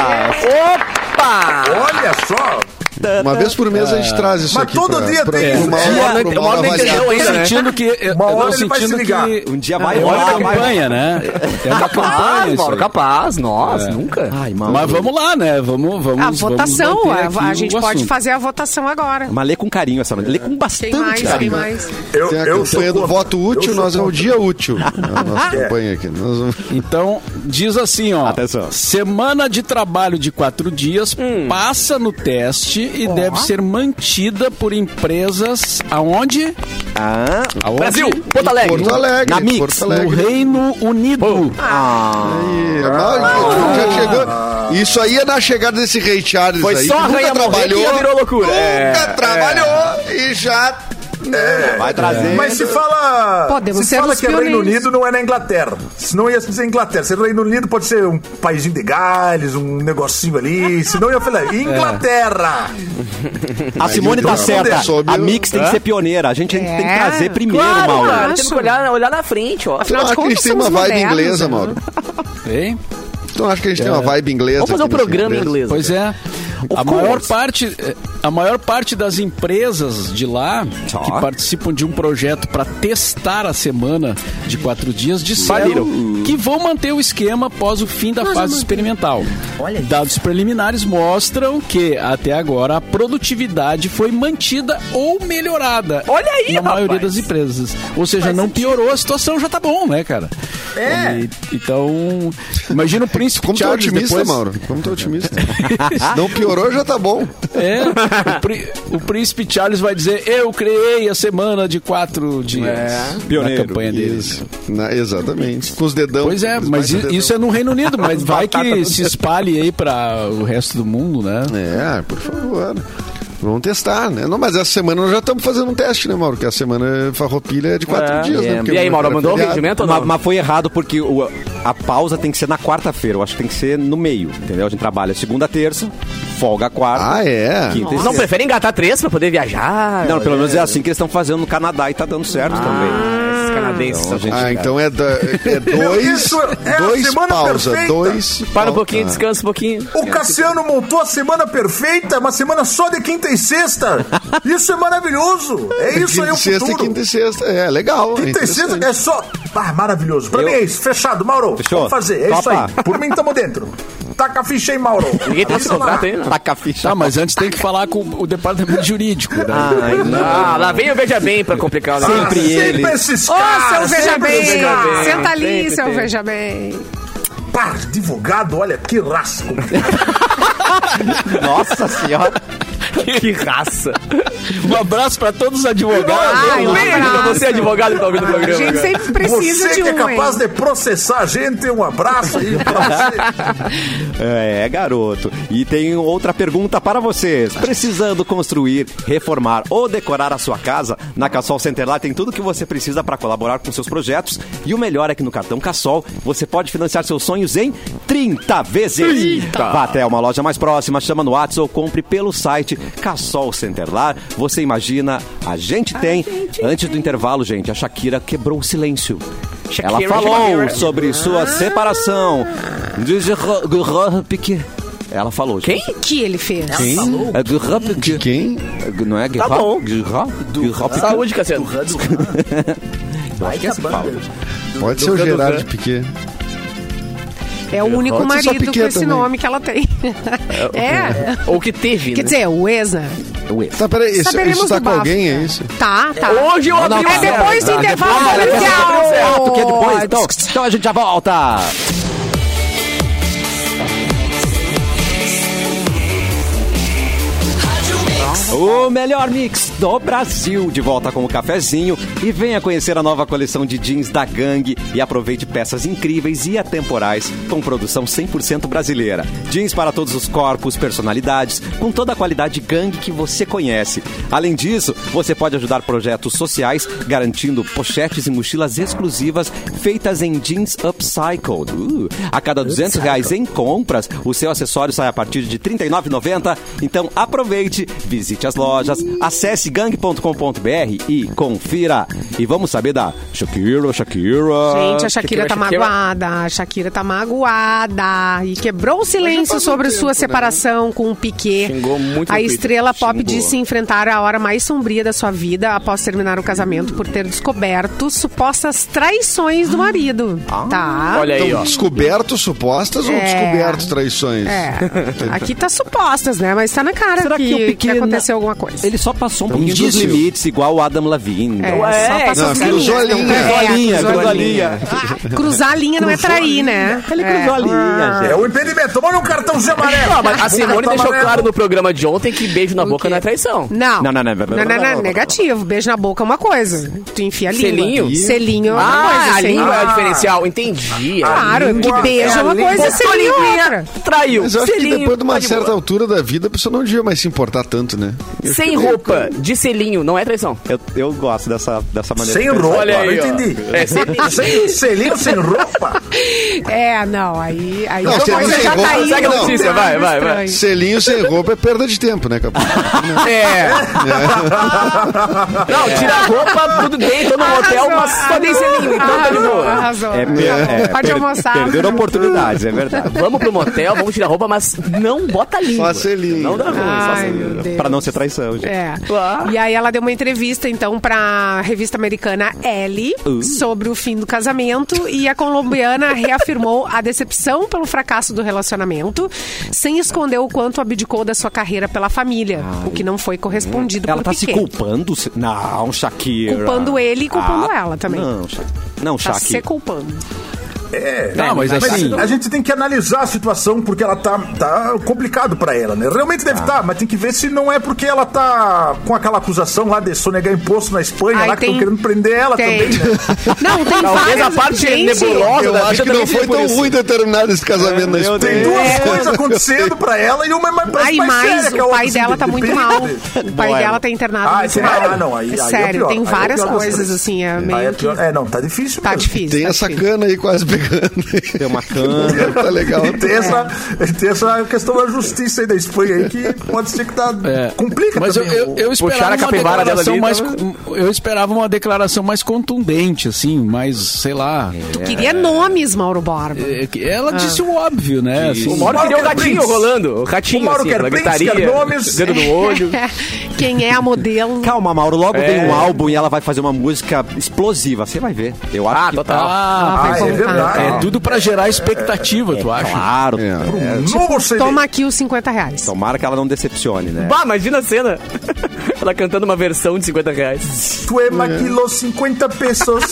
Opa! Olha só. Uma vez por mês a gente traz isso Mas aqui. todo pra- dia pra- tem pro isso. Mauro- O Mauro pro não- o Mauro Mauro não avaliar. entendeu Eu ainda, tô né? sentindo que... Eu Uma tô hora ele vai se sentindo ligar. que... Um dia vai É rolar, uma vai. campanha, né? É uma campanha Capaz, isso Mauro, aí. capaz. Nós, nunca. Ai, Mauro. Mas vamos lá, né? Vamos, vamos, A vamos votação, manter a, aqui a o gente pode assunto. fazer a votação agora. Mas lê com carinho essa notícia. Lê com bastante Quem mais? Quem carinho. mais? Eu, Tem a eu sou campanha do contra. voto útil, Eu sou nós é o contra. dia útil. A nossa campanha aqui. Nós vamos... Então, diz assim, ó. Atenção. Semana de trabalho de quatro dias passa no teste e deve ser mantida por empresas aonde? Ah, Aonde? Brasil, Porto Alegre. Porto Alegre. Na Mix, Porto No Alegre. Reino Unido. Aí, mal- já chegou. Isso aí é na chegada desse Rei Charles Foi aí. só que a nunca rainha morrer que trabalhou. já virou loucura. Nunca É, trabalhou e já. vai trazer. Mas se fala, Podemos se ser fala os que é Reino pioneiros. Unido, não é na Inglaterra. Senão ia dizer Inglaterra. Se é Reino Unido, pode ser um paísinho de Gales, um negocinho ali. Senão ia falar Inglaterra. A Simone tá Mas certa. soube A o- Mix tem que ser pioneira. A gente tem que É. trazer primeiro, Claro, Mauro. cara, acho. temos que olhar, olhar na frente, ó. Tu Afinal não de acha que a gente contas, tem uma somos vibe modernos, inglesa, né? Mauro? Hein? Tu não acha que a gente tem uma vibe inglesa? Vamos fazer um aqui nessa programa em empresa? inglês. Pois é. A maior, parte, a maior parte das empresas de lá Só. que participam de um projeto para testar a semana de quatro dias disseram Valiram. que vão manter o esquema após o fim da fase experimental. Olha aí. Dados preliminares mostram que até agora a produtividade foi mantida ou melhorada. Olha aí, na maioria rapaz. das empresas. Ou seja, não piorou, a situação já tá bom, né, cara? É. E- então, imagina o príncipe Como tu é Charles otimista, depois... Mauro? Como tu é otimista? Não piorou, já tá bom. É, o, prí- o príncipe Charles vai dizer: eu criei a semana de quatro dias. Pioneiro. Na campanha dele. Isso. Na- exatamente. Com os dedão. Pois é, Os mas mais i- dedão. isso é no Reino Unido, mas vai que se espalhe aí para o resto do mundo, né? É, por favor. Vamos testar, né? Não, mas essa semana nós já estamos fazendo um teste, né, Mauro? Que a semana farroupilha é de quatro É, dias, é. né? Porque E aí, Mauro, era mandou o feriado. regimento ou Mas, não? mas foi errado porque o- a pausa tem que ser na quarta-feira. Eu acho que tem que ser no meio, entendeu? A gente trabalha segunda, terça, folga a quarta. Ah, é? Quinta e Não sexta. preferem engatar três pra poder viajar? Não, pelo menos é assim que eles estão fazendo no Canadá e tá dando certo também. Ah, esses canadenses. Então, a gente- Ah, então é, da- é dois, Isso é a dois semana pausa, perfeita. dois... Para um pouquinho, Ah. descansa um pouquinho. O Cassiano montou a semana perfeita, uma semana só de quinta e sexta. Isso é maravilhoso. É isso aí Quinta o e sexta e futuro. quinta e sexta. É, legal. é Quinta e sexta interessante. é só. Ah, maravilhoso. Pra Eu- mim é isso. Fechado, Mauro. Fechou? Vamos fazer. É Topa. isso aí. Por mim, tamo dentro. taca a ficha aí, Mauro. Ninguém tem esse contrato aí, não. Taca a ficha. Tá, mas antes tem que falar com o departamento jurídico. Né? Ai, não. Ah, lá vem o Veja Bem pra complicar o negócio. Sempre ele. Sempre esses Ô, caras. seu Veja sempre Bem! esses caras. Senta ali, Sempre seu tem. Veja Bem. Pá, advogado, olha que raça. Nossa senhora. Que raça. Um abraço pra todos os advogados. Ai, Um um beijo pra abraço. você, advogado que tá ouvindo o A programa. gente agora. sempre precisa Você de que é um, capaz hein? de processar a gente, um abraço aí pra você. É, garoto. E tem outra pergunta para vocês. Precisando construir, reformar ou decorar a sua casa? Na Cassol Centerlar tem tudo que você precisa para colaborar com seus projetos. E o melhor é que no cartão Cassol você pode financiar seus sonhos em trinta vezes. trinta. Vá até uma loja mais próxima, chama no WhatsApp ou compre pelo site Cassol Centerlar. Você imagina, a gente tem. Antes do intervalo, gente, a Shakira quebrou o silêncio. Ela Shakira, falou Shakira. sobre sua separação. De Gerard Piqué. Ela falou. Quem? gente. O que ele fez? É Gerard Piqué. Quem? Não é Gerard? Tá bom. Gerard? Gerard Piqué. Saúde, Cassiano. Vai que banda. Pode ser o Gerard Piquet. É o único Pode ser só marido com Piquet esse também. nome que ela tem. É. Ou que teve, Quer né? dizer, o ex, né? Tá, peraí, isso, Saberemos isso tá do com bafo. alguém, é isso? Tá, tá. Hoje eu abri É uma depois do certa. intervalo Ah, depois do comercial. certo, que é depois. Então, então a gente já volta. O melhor mix do Brasil, de volta com o cafezinho, e venha conhecer a nova coleção de jeans da Gangue e aproveite peças incríveis e atemporais com produção cem por cento brasileira. Jeans para todos os corpos, personalidades, com toda a qualidade Gangue que você conhece. Além disso, você pode ajudar projetos sociais garantindo pochetes e mochilas exclusivas feitas em jeans upcycled. Uh, a cada duzentos reais em compras, o seu acessório sai a partir de trinta e nove reais e noventa centavos. Então aproveite, visite as lojas, acesse gang ponto com ponto b r e confira. E vamos saber da Shakira, Shakira. Gente, a Shakira Shakira, tá Shakira. magoada. A Shakira tá magoada. E quebrou o silêncio sobre sua separação com o Piquet. Xingou muito A no Twitter. estrela pop Xingou. disse enfrentar a hora mais sombria da sua vida após terminar o casamento por ter descoberto supostas traições do marido. Tá? Olha aí, Então, ó. descobertos supostas ou É. descobertos traições? É. Aqui tá supostas, né? Mas tá na cara Será que, que o que Piquet aconteceu na- alguma coisa. Ele só passou um pouquinho dos indício. limites, igual o Adam Levine. É, Ué, só passou não, as cruzou a linhas. linha. É, Cruzou a linha, cruzou cruzou a linha. linha. Cruzar a linha não é trair, né? Ele cruzou a linha, É o impedimento. Olha um cartãozinho amarelo. Não, mas a Um Simone cartão deixou amarelo. claro no programa de ontem que beijo na boca quê? não é traição. Não. Não, não, não. Não, não, não, negativo. Beijo na boca é uma coisa. Tu enfia a língua. Selinho? Selinho é uma Ah, coisa. a selinho. língua é o diferencial. Entendi. Claro, língua que beijo é é a uma língua. coisa, Botou selinho é linguinha, outra. traiu. Mas eu acho que Selinho, depois de uma tá de certa boa. altura da vida, a pessoa não devia mais se importar tanto, né? Sem roupa, de selinho, não é traição. Eu, eu gosto dessa, dessa maneira. Sem de pensar. roupa, Olha aí, não ó. entendi. É, selinho. Sem selinho, sem roupa. É, não, aí, aí Não, a selinho coisa sem já roupa, tá indo. segue a notícia, vai, vai, vai. Estranho. Selinho sem roupa é perda de tempo, né, capaz? É. Não, tira a roupa, tudo bem, tô no hotel, mas só tem selinho, então tá de Arrasou, boa. arrasou. É, per- é, Pode per- almoçar. Perderam oportunidades, é verdade. Vamos pro motel, vamos tirar a roupa, mas não bota língua. Só selinho. Não dá ruim, só Ai, selinho. meu Deus. Pra não ser traição, gente. É. Claro. E aí ela deu uma entrevista, então, pra revista americana Elle sobre o fim do casamento e a colombiana reafirmou a decepção pelo fracasso do relacionamento, sem esconder o quanto abdicou da sua carreira pela família, o que não foi correspondido Ela por tá Piquet. se culpando? se- Não, Shakira. Culpando ele e culpando Ah, ela também. Não, Sha- não Tá Shakira. se culpando. É, Não, mas assim... a gente tem que analisar a situação porque ela tá, tá complicado pra ela, né? Realmente deve estar, mas tem que ver se não é porque ela tá com aquela acusação lá de sonegar imposto na Espanha, Ai, lá que tem- estão querendo prender ela tem. também, né? Não, tem Talvez várias... a parte gente, nebulosa Eu da acho vida que não também foi seja por tão isso. ruim determinado esse casamento na Meu Espanha. Tem Deus. duas É. coisas acontecendo pra ela e uma é mais, Ai, mais mais, séria que a o outra. pai assim, dela de- tá de muito perigo. mal. O pai Boa, dela tá internado Ah, muito sério? mal. Ah, não, aí- É aí é sério, pior. tem Aí é várias pior das coisas, três. assim, é Aí meio é, que... pior. É, não, tá difícil Tá mesmo. difícil. Tem tá essa difícil. cana aí quase pegando. Tem uma cana. Tá legal. Tem essa, tem essa questão da justiça aí da Espanha aí que pode ser que tá, É. complica Mas eu, também. eu, eu Puxaram esperava a uma capivara dela declaração ali, mais, tava- eu esperava uma declaração mais contundente, assim, mais, sei lá. Tu queria nomes, Mauro Borba. É, que ela disse o óbvio, né? assim. O Mauro Mauro queria o quer gatinho prints. rolando, o ratinho O Mauro assim, quer ela prints, gritaria, quer nomes. dedo no olho. Quem é a modelo? Calma, Mauro, logo É. vem um álbum e ela vai fazer uma música explosiva. Você vai ver. Eu acho Ah, que total. Ah, Ah, é Vai verdade. Claro. É tudo pra gerar expectativa, tu acha? Claro. É. Novo C D. Toma aqui os cinquenta reais. Tomara que ela não decepcione, né? Bah, imagina a cena. Ela cantando uma versão de cinquenta reais. Tu é maquilo cinquenta pesos.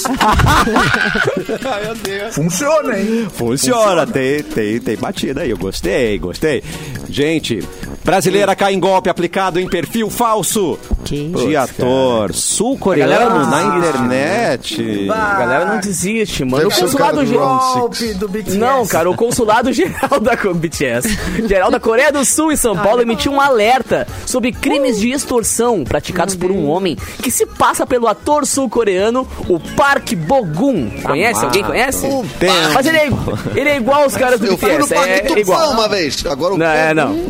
Funciona, hein? Funciona, tem, tem, tem batida aí. Eu gostei, gostei. Gente, brasileira cai em golpe aplicado em perfil falso Que? de ator sul-coreano A galera na não internet. A galera não desiste, mano. Deve O ser o cara consulado do geral. Round Golpe do B T S. Não, cara, o consulado geral da B T S, geral da Coreia do Sul e São Paulo emitiu um alerta sobre crimes de extorsão praticados por um homem que se passa pelo ator sul-coreano, o Park Bo-gum. Conhece? Alguém conhece? Tem. Mas ele é, ele é igual aos caras do Eu B T fui no S, Parque é Tupã igual. uma vez. Agora o Não, é, não.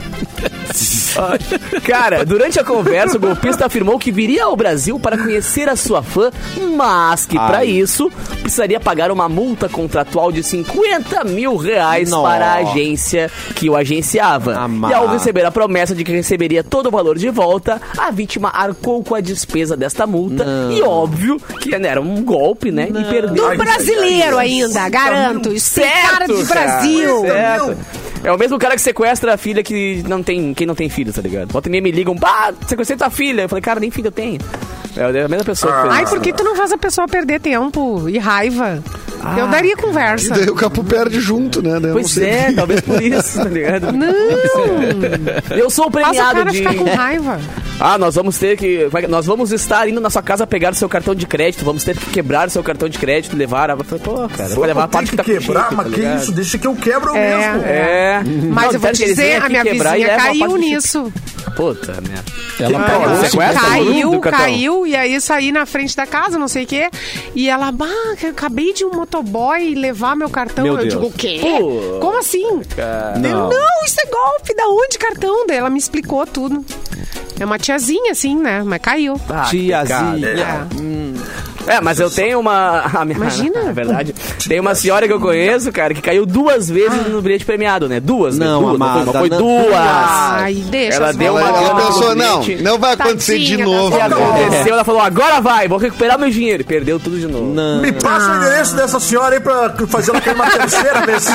Cara, durante a conversa, o golpista afirmou que viria ao Brasil para conhecer a sua fã, mas que para Ai. isso precisaria pagar uma multa contratual de cinquenta mil reais Nossa. para a agência que o agenciava. Amado. E ao receber a promessa de que receberia todo o valor de volta, a vítima arcou com a despesa desta multa. E óbvio que né, era um golpe, né? E perdeu. Do brasileiro ainda, garanto. Isso tem cara de cara, Brasil. certo. É o mesmo cara que sequestra a filha que não tem, quem não tem filho, tá ligado? Volta e meia me ligam, pá, sequestrei tua filha. Eu falei, cara, nem filho eu tenho. É a mesma pessoa que fez Ai, isso. por que tu não faz a pessoa perder tempo e raiva? Eu daria conversa. Daí o Capu perde junto, né? Daí eu Pois não sei. é, talvez por isso, tá ligado? Não. Eu sou o Faz o premiado cara de... ficar com raiva. Ah, nós vamos ter que... Nós vamos estar indo na sua casa pegar o seu cartão de crédito, vamos ter que quebrar o seu cartão de crédito e levar... Eu falei, pô, cara, vai levar a parte que Tem tá que quebrar, contigo, mas tá que ligado? isso? Deixa que eu quebro eu É. mesmo. É. Mas Não, eu vou te sério que eles vêm dizer, a aqui minha quebrar e vizinha levam a caiu parte que- nisso. Puta merda. Ela Ah, pagou. ela sequestra caiu, do cartão. caiu, e aí saí na frente da casa, não sei o quê. E ela, bah, eu acabei de um motoboy levar meu cartão. Meu eu Deus. digo, o quê? Pô. Como assim? Não. Não, isso é golpe. Da onde cartão? Daí ela me explicou tudo. É uma tiazinha, assim, né? Mas caiu. Ah, que pecado. Tiazinha. É. É, mas eu tenho uma... a minha- Imagina. É verdade. Tem uma senhora que eu conheço, cara, que caiu duas vezes no bilhete premiado, né? Duas, né? Não, duas, amada, não foi, foi não. duas. Ai, deixa Ela as deu bolas. uma Ela grana pro pensou, não, cliente. não vai acontecer de Tadinha novo. E da aconteceu, ela falou, agora vai, vou recuperar meu dinheiro. E perdeu tudo de novo. Não. Me passa o endereço dessa senhora aí pra fazer ela cair uma terceira vez.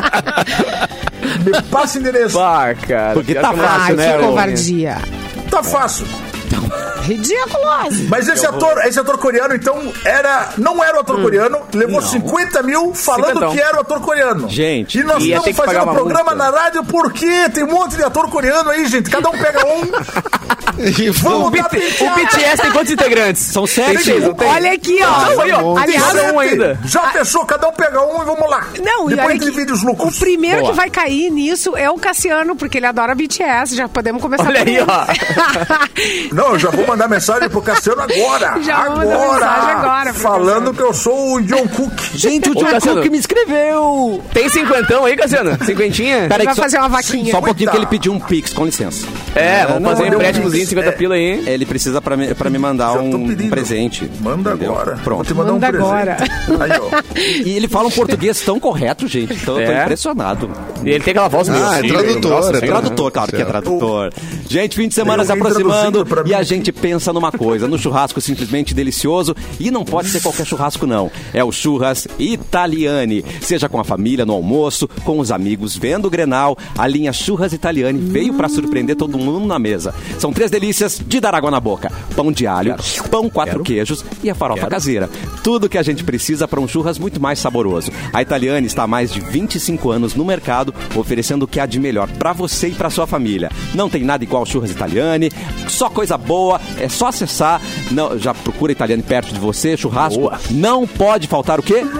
Me passa o endereço. Bah, cara. Porque pior tá que eu não- fácil, Ai, né, que ô? covardia. Tá fácil. Ridículo. Mas esse ator, esse ator coreano, então, era, não era o ator coreano, levou cinquenta mil falando Cinquentão. que era o ator coreano. Gente, e nós ia ter estamos que pagar fazendo uma programa multa. na rádio porque tem um monte de ator coreano aí, gente. Cada um pega um. E O, Vamos B dar T, penteado. o B T S tem quantos integrantes? São sete. Tem seis, não tem? Olha aqui, ó. Não, aí, ó. Aliás, Tem um ainda. Já fechou, cada um pega um e vamos lá. Não, e Depois olha divide que os lucros. o primeiro Boa. que vai cair nisso é o Cassiano, porque ele adora B T S. Já podemos começar Olha por aí, ele. ó. Não, eu já vou mandar mensagem pro Cassiano agora. Já vou agora. mandar mensagem agora pro Falando que eu sou o John Cook. Gente, o Ô, John Cassiano. Cook me escreveu. Tem cinquentão aí, Cassiano? Cinquentinha? Peraí, Vai que só- fazer uma vaquinha. Só um pouquinho que ele pediu um pix, com licença. É, vamos não, fazer um deu empréstimozinho de um- cinquenta é. pila aí. Ele precisa pra me, pra me mandar Já tô um, pedindo. um presente. Manda entendeu? agora. Vou Pronto. te mandar Manda um presente. agora. Aí, ó. E ele fala um português tão correto, gente. Então eu tô É. impressionado. E ele tem aquela voz meio Ah, é assim, tradutor, nossa, é sei É lá. tradutor, claro que é tradutor. Gente, fim de semana Eu se vim aproximando traduzindo pra e mim. a gente pensa numa coisa, no churrasco simplesmente delicioso e não pode ser qualquer churrasco não. É o Churras Italiani. Seja com a família no almoço, com os amigos vendo o Grenal, a linha Churras Italiani veio pra surpreender todo mundo na mesa. São três delícias de dar água na boca. Pão de alho, pão quatro queijos e a farofa caseira. Tudo que a gente precisa para um churras muito mais saboroso. A Italiani está há mais de vinte e cinco anos no mercado, oferecendo o que há de melhor para você e para sua família. Não tem nada igual ao Churras Italiani, só coisa boa, é só acessar. Não, já procura Italiani perto de você, churrasco. Boa. Não pode faltar o quê?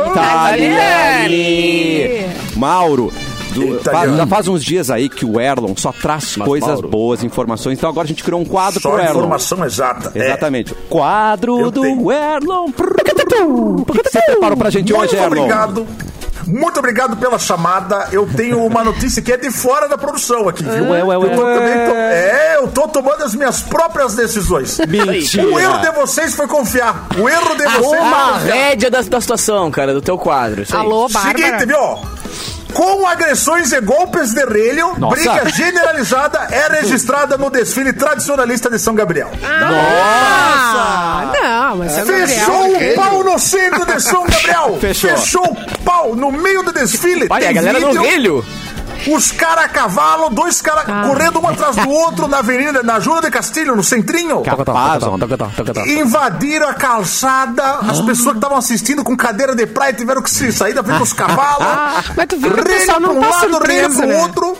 Italiani! Mauro, do- Italiano. fa- já faz uns dias aí que o Erlon só traz Mas, coisas Mauro. boas, informações. Então agora a gente criou um quadro Só pro a Erlon. informação exata. É. Exatamente. Quadro Eu do tenho. Erlon. O que que você preparou pra gente Muito hoje, Erlon? obrigado. Muito obrigado pela chamada. Eu tenho uma notícia que é de fora da produção aqui, viu? Ué, ué, ué. Eu tô também to- É, eu tô tomando as minhas próprias decisões. Mentira. O erro de vocês foi confiar. O erro de vocês foi Uma confiar. rédea da, da situação, cara, do teu quadro. Isso aí. Alô, Bárbara. Seguinte, viu? Com agressões e golpes de relho, Nossa. briga generalizada é registrada no desfile tradicionalista de São Gabriel. Ah, não. Não, mas São Gabriel... Fechou o pau no centro de São Gabriel. Fechou. Fechou o pau no meio do desfile. Olha, Tem a galera no vídeo. relho. Os caras a cavalo, dois caras Ah. correndo um atrás do outro na avenida, na Júlia de Castilho, no centrinho. Capaz, ó. Invadiram a calçada, as pessoas que estavam assistindo com cadeira de praia tiveram que se sair da frente dos cavalos. Mas tu viu que o Relho pessoal não pra um tá lado, relho surpreso, pro né? outro.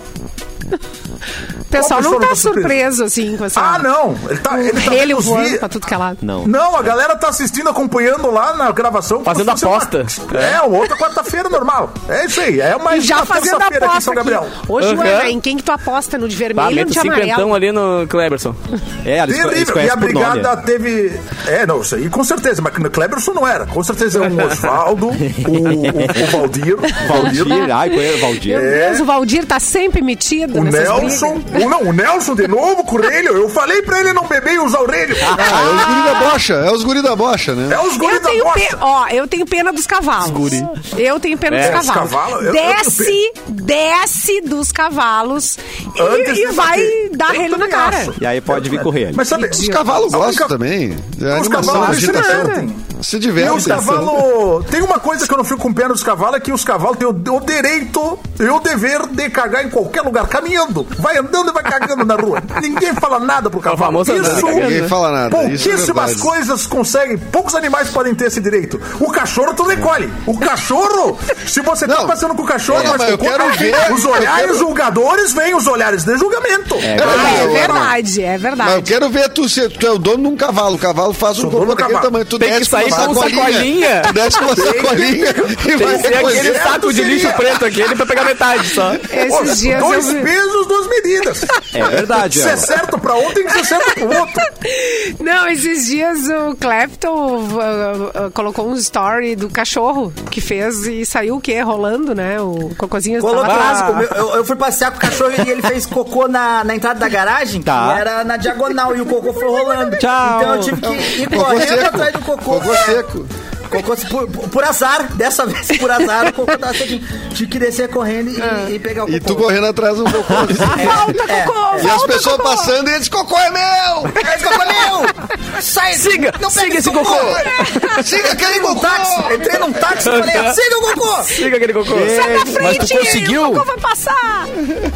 O pessoal Qual não pessoa tá surpreso, assim, com essa... Ah, não. Ele tá, ele tá relho vendo os voando vi- pra tudo que é lado. Não. Não, a galera tá assistindo, acompanhando lá na gravação. Fazendo como se fosse aposta. Uma... É, uma outra quarta-feira normal. É isso aí. É uma, E já uma fazendo terça-feira aqui em aposta São Gabriel. aqui. Ô, Uhum. Joana, em quem que tu aposta? No de Tá, vermelho ou no mete de cinquentão amarelo? ali no Kleberson. É, eles, eles Terrível. E conhecem a por nome. brigada teve... É, não, isso aí com certeza. Mas no Cleberson não era. Com certeza é o Osvaldo, o, o, o Valdir. Valdir, ai, conheço o Valdir. Meu Deus, o Valdir tá sempre metido O nessas Nelson. brigas. O, não, o Nelson de novo com o relho. Eu falei pra ele não beber e usar o relho. Ah, é os guri da bocha, é os guri da bocha, né? É os guri Eu da tenho, bosta. pe... Ó, eu tenho pena dos cavalos. Eu tenho pena É, dos os cavalos. cavalos, eu- eu desce, tenho desce dos cavalos e- Antes e, de vai bater. dar Eu relho na também cara. acho. E aí pode vir correr. Mas sabe, Os cavalos a gostam única- também. É Os animação, cavalos se agitação. divertem. Se E divertem. os cavalos. Tem uma coisa que eu não fico com pena dos cavalos: é que os cavalos têm o, o direito e o dever de cagar em qualquer lugar, caminhando. Vai andando e vai cagando na rua. Ninguém fala nada pro cavalo. famoso andando e Isso, cagando. Ninguém fala nada. Isso é pouquíssimas verdade. coisas conseguem. Poucos animais podem ter esse direito. O cachorro tu recolhe. O cachorro, se você tá Não. passando com o cachorro, Não, mas mas eu cocô, quero ver, os eu olhares quero- julgadores vêm os olhares de julgamento. Ah, é eu- verdade, é Mas eu verdade. quero ver tu ser. Tu é o dono de um cavalo. O cavalo faz um Sou dono cocô do daquele cavalo. tamanho. Tu Tem que desce sair uma com sacolinha. Tu desce com uma sacolinha e Tem vai que ser aquele recolher. saco de lixo preto aquele pra pegar metade só. Esses Pô, dias eu dois vi... pesos, duas medidas. É verdade, Se é Ana. certo pra um, tem que ser certo pro outro. Não, esses dias o Clapton uh, uh, colocou um story do cachorro que fez e saiu o quê? Rolando, né? O cocôzinho estava Colou atrás. atrás, comeu- eu, eu fui passear com o cachorro e ele fez cocô na, na entrada da garagem, Tá. que era na diagonal, e o cocô foi rolando. Tchau. Então eu tive que ir Cocô correndo seco. atrás do cocô. Cocô seco. Cocô, por, por azar, dessa vez por azar, o cocô tava sequinho. Tive que descer correndo e, e pegar o cocô. E tu correndo atrás do cocô. Volta, É, cocô! E as volta, pessoas cocô. passando e eles, cocô é meu! Esse cocô é meu! Sai! Siga, não pega siga esse cocô. Siga aquele Entrei num cocô! táxi, entrei num táxi e falei, siga o cocô! Siga aquele cocô. Sai da frente, Mas tu conseguiu? o cocô vai passar.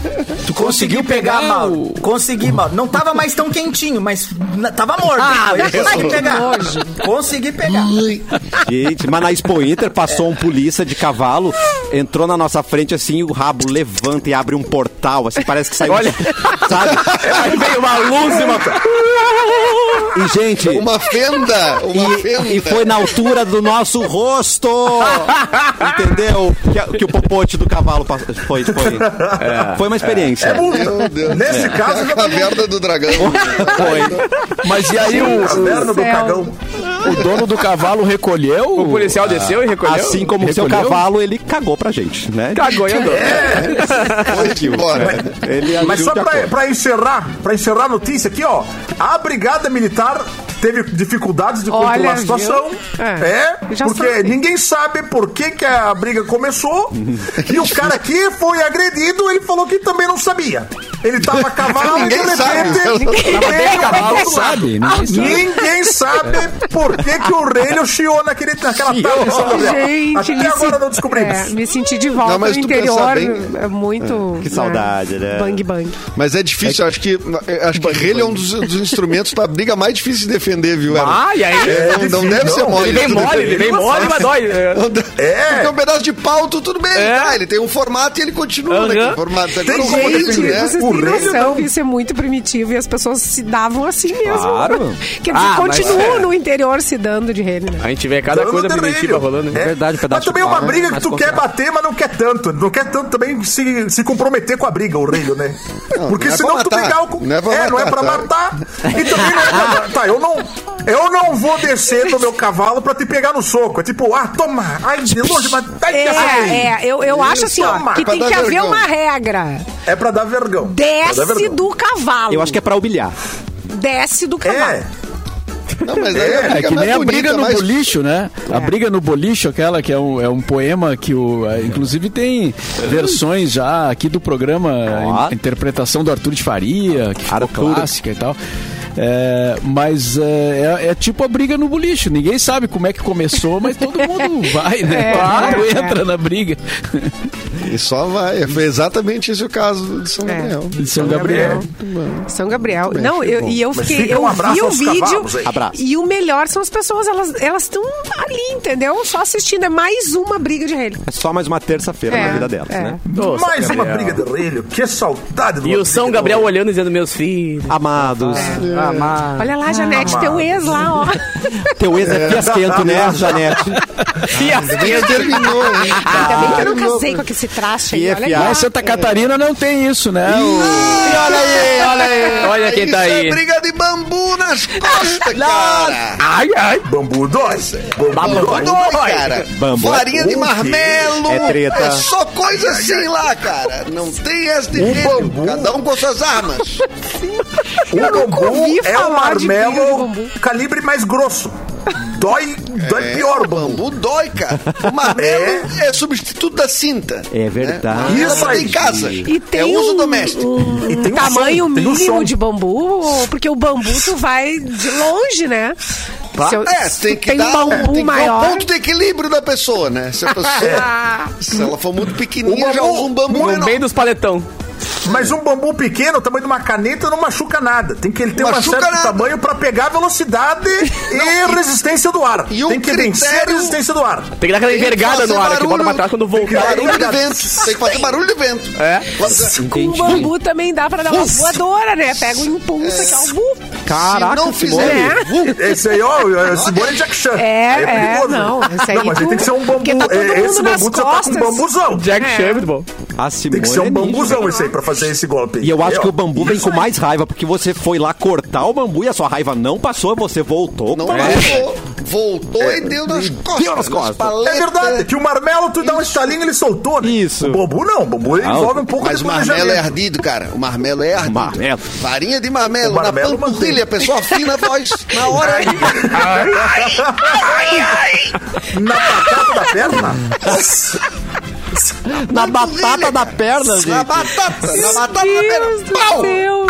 Tu conseguiu pegar mal. o... Consegui, mal. Não tava mais tão quentinho, mas na- tava morto. Ah, Foi, meu consegui pegar. Consegui pegar. Gente, mas na Expo Inter passou um polícia de cavalo, entrou na nossa frente assim, o rabo levanta e abre um portal, assim, parece que saiu. Olha. Sabe? Aí veio uma luz e uma... E, gente. Uma fenda! Uma fenda! E foi na altura do nosso rosto! Entendeu? Que, que o popote do cavalo passou- foi. Foi, foi uma experiência. Meu Deus. Nesse caso, a já tá caverna do dragão. Foi. Mas e aí o, caverna do céu. cagão. o dono do cavalo recolheu? O policial desceu e recolheu. Assim como o seu Recolheu? cavalo, ele cagou pra gente, né? Cagou e andou. Foi embora. Ele Mas agiu só de pra, acordo. pra encerrar, pra encerrar a notícia aqui, ó. A Brigada Militar teve dificuldades de controlar Olha, a situação. viu? É, É, já porque sabe. ninguém sabe por que, que a briga começou. E o cara que foi agredido, ele falou que também não sabia. Ele tava a cavalo e de Ninguém sabe. repente... Ninguém Cavalo sabe, ninguém sabe. Ninguém sabe por que, que o relho chiou naquele, naquela tarde em São Gabriel. Gente, Até me agora sen- não descobrimos. É, me senti de volta Não, mas no tu pensar interior. bem- É muito. Que saudade, né? Bang bang. Mas é difícil, eu acho que eu acho que relho é um dos, dos instrumentos pra briga mais difícil de defender, viu? Aaron? Ah, e aí? não, não deve ser não, mole. Ele vem tu mole, defender. ele vem mole, mas dói. É. É. Porque um pedaço de pau, tu, tudo bem. É. Tá, ele tem um formato e ele continua Aham. naquele formato. Agora Tem eu vou gente, defender. Vocês o têm relho noção não. que isso é muito primitivo e as pessoas se davam assim mesmo. Claro. Quer dizer, Ah, mas continuam é. no interior se dando de rede, né? A gente vê cada Dando coisa de primitiva relho. rolando. É. Verdade, um pedaço Mas também é de uma pau, briga que mas tu quer confiar. bater, mas não quer tanto. Não quer tanto também se, se comprometer com a briga, o relho, né? Porque não é senão pra tu matar. pegar o. Não é pra é, não é matar, pra tá? matar. E também não é pra matar. Tá, eu não. Eu não vou descer do meu cavalo pra te pegar no soco. É tipo, ah, toma! Ai, de longe, mas. Ai, que essa aí. É, é, eu, eu acho assim, ó, Toma, que pra tem dar que haver vergonha. uma regra. É pra dar vergão. Pra dar Desce vergão. do cavalo. Eu acho que é pra humilhar. Desce do cavalo. É. Não, mas aí É, a briga É que mais nem a bonita, briga no mais- bolicho, né? A briga no bolicho, aquela que é um, é um poema que o. é, inclusive tem versões já aqui do programa, Ó. a interpretação do Arthur de Faria, que ficou Arthur. clássica e tal. É, mas é, é, é tipo a briga no boliche. Ninguém sabe como é que começou, mas todo mundo vai, né? É, Claro, é. entra na briga. E só vai. Foi exatamente esse o caso de São É. Gabriel. De São Gabriel. São Gabriel. bem, Não, eu, bom. e eu Mas fiquei. fica um Eu abraço vi o aos vídeo. cavalos aí. Abraço. E o melhor são as pessoas, elas elas estão ali, entendeu? Só assistindo. É mais uma briga de rei. É só mais uma terça-feira É, na vida delas, é. né? Ô, Mais São uma Gabriel. briga de relho. Que saudade do E o São Gabriel olhando e dizendo, meus filhos. Amados. Amado. Olha lá, Janete, teu ex lá, ó. Teu ex é fiasquento, né, Janete? Terminou, hein? Ainda bem que eu não casei com esse traste aí. Que Olha fiasco. aí. Mas Santa Catarina não tem isso, né? O- Olha aí, olha aí. Olha quem tá Isso aí. é briga de bambu nas costas, cara. Ai, ai. Bambu dói. Bambu Bambu dói. dói, cara. Bambu é Farinha de o quê? marmelo. É treta. É só coisa assim lá, cara. Não tem essa de O jeito. bambu- Cada um com suas armas. O bambu ouvi é o falar de briga de marmelo bambu. calibre mais grosso. Dói, dói É, pior o o bambu. bambu dói, cara. O marmelo é, substituto da cinta. É verdade. Né? Isso Ela aí. tem em casa. E tem é uso um, doméstico. um E tem um tamanho som, tem um mínimo som. de bambu, porque o bambu tu vai de longe, né? Se eu- É, se tem tu que tem dar um bambu tem que ver maior. o ponto de equilíbrio da pessoa, né? Se a pessoa, se ela for muito pequenininha, O já bambu- usa um bambu No menor. meio dos paletão. Mas um bambu pequeno, o tamanho de uma caneta, não machuca nada. Tem que ele ter um Machuca certo nada. tamanho pra pegar a velocidade e resistência do ar. e o Tem que vencer a critério- resistência do ar. Tem que dar aquela Tem que envergada fazer no ar, que bota barulho. pra trás quando Tem que voltar. dar- Barulho de vento. Tem que fazer barulho de vento. É. Com o bambu também dá pra dar uma voadora, né? Pega o impulso aqui, ó. Uh, Caraca, Se não Simone. fizer, Esse aí, ó, é Simone Jack Chan. É, Aí é, perigoso, não, né? esse aí Não, mas aí tu- tem que ser um bambu. porque tá todo é, mundo esse nas bambu você tá com um costas. bambuzão. Jack É. Chan é muito bom. A Simone Tem que ser um é ninja. bambuzão esse aí pra fazer esse golpe. E eu acho É, que ó, o bambu vem isso com aí. mais raiva, porque você foi lá cortar o bambu e a sua raiva não passou, você voltou. não com a- voltou. Voltou e deu nas costas. deu nas costas. É paletas. verdade, que o marmelo tu dá um estalinho e ele soltou, né? Isso. O bambu não, o bambu ele Ah, envolve um pouco Mas de o marmelo é planejamento. ardido, cara. O marmelo é ardido. Marmelo. Farinha de marmelo, O marmelo na panturrilha. mantém. A pessoa afina a voz na hora. Na batata da perna? Na batata da perna, Na gente. batata. Na batata da Deus perna. do Pau! céu.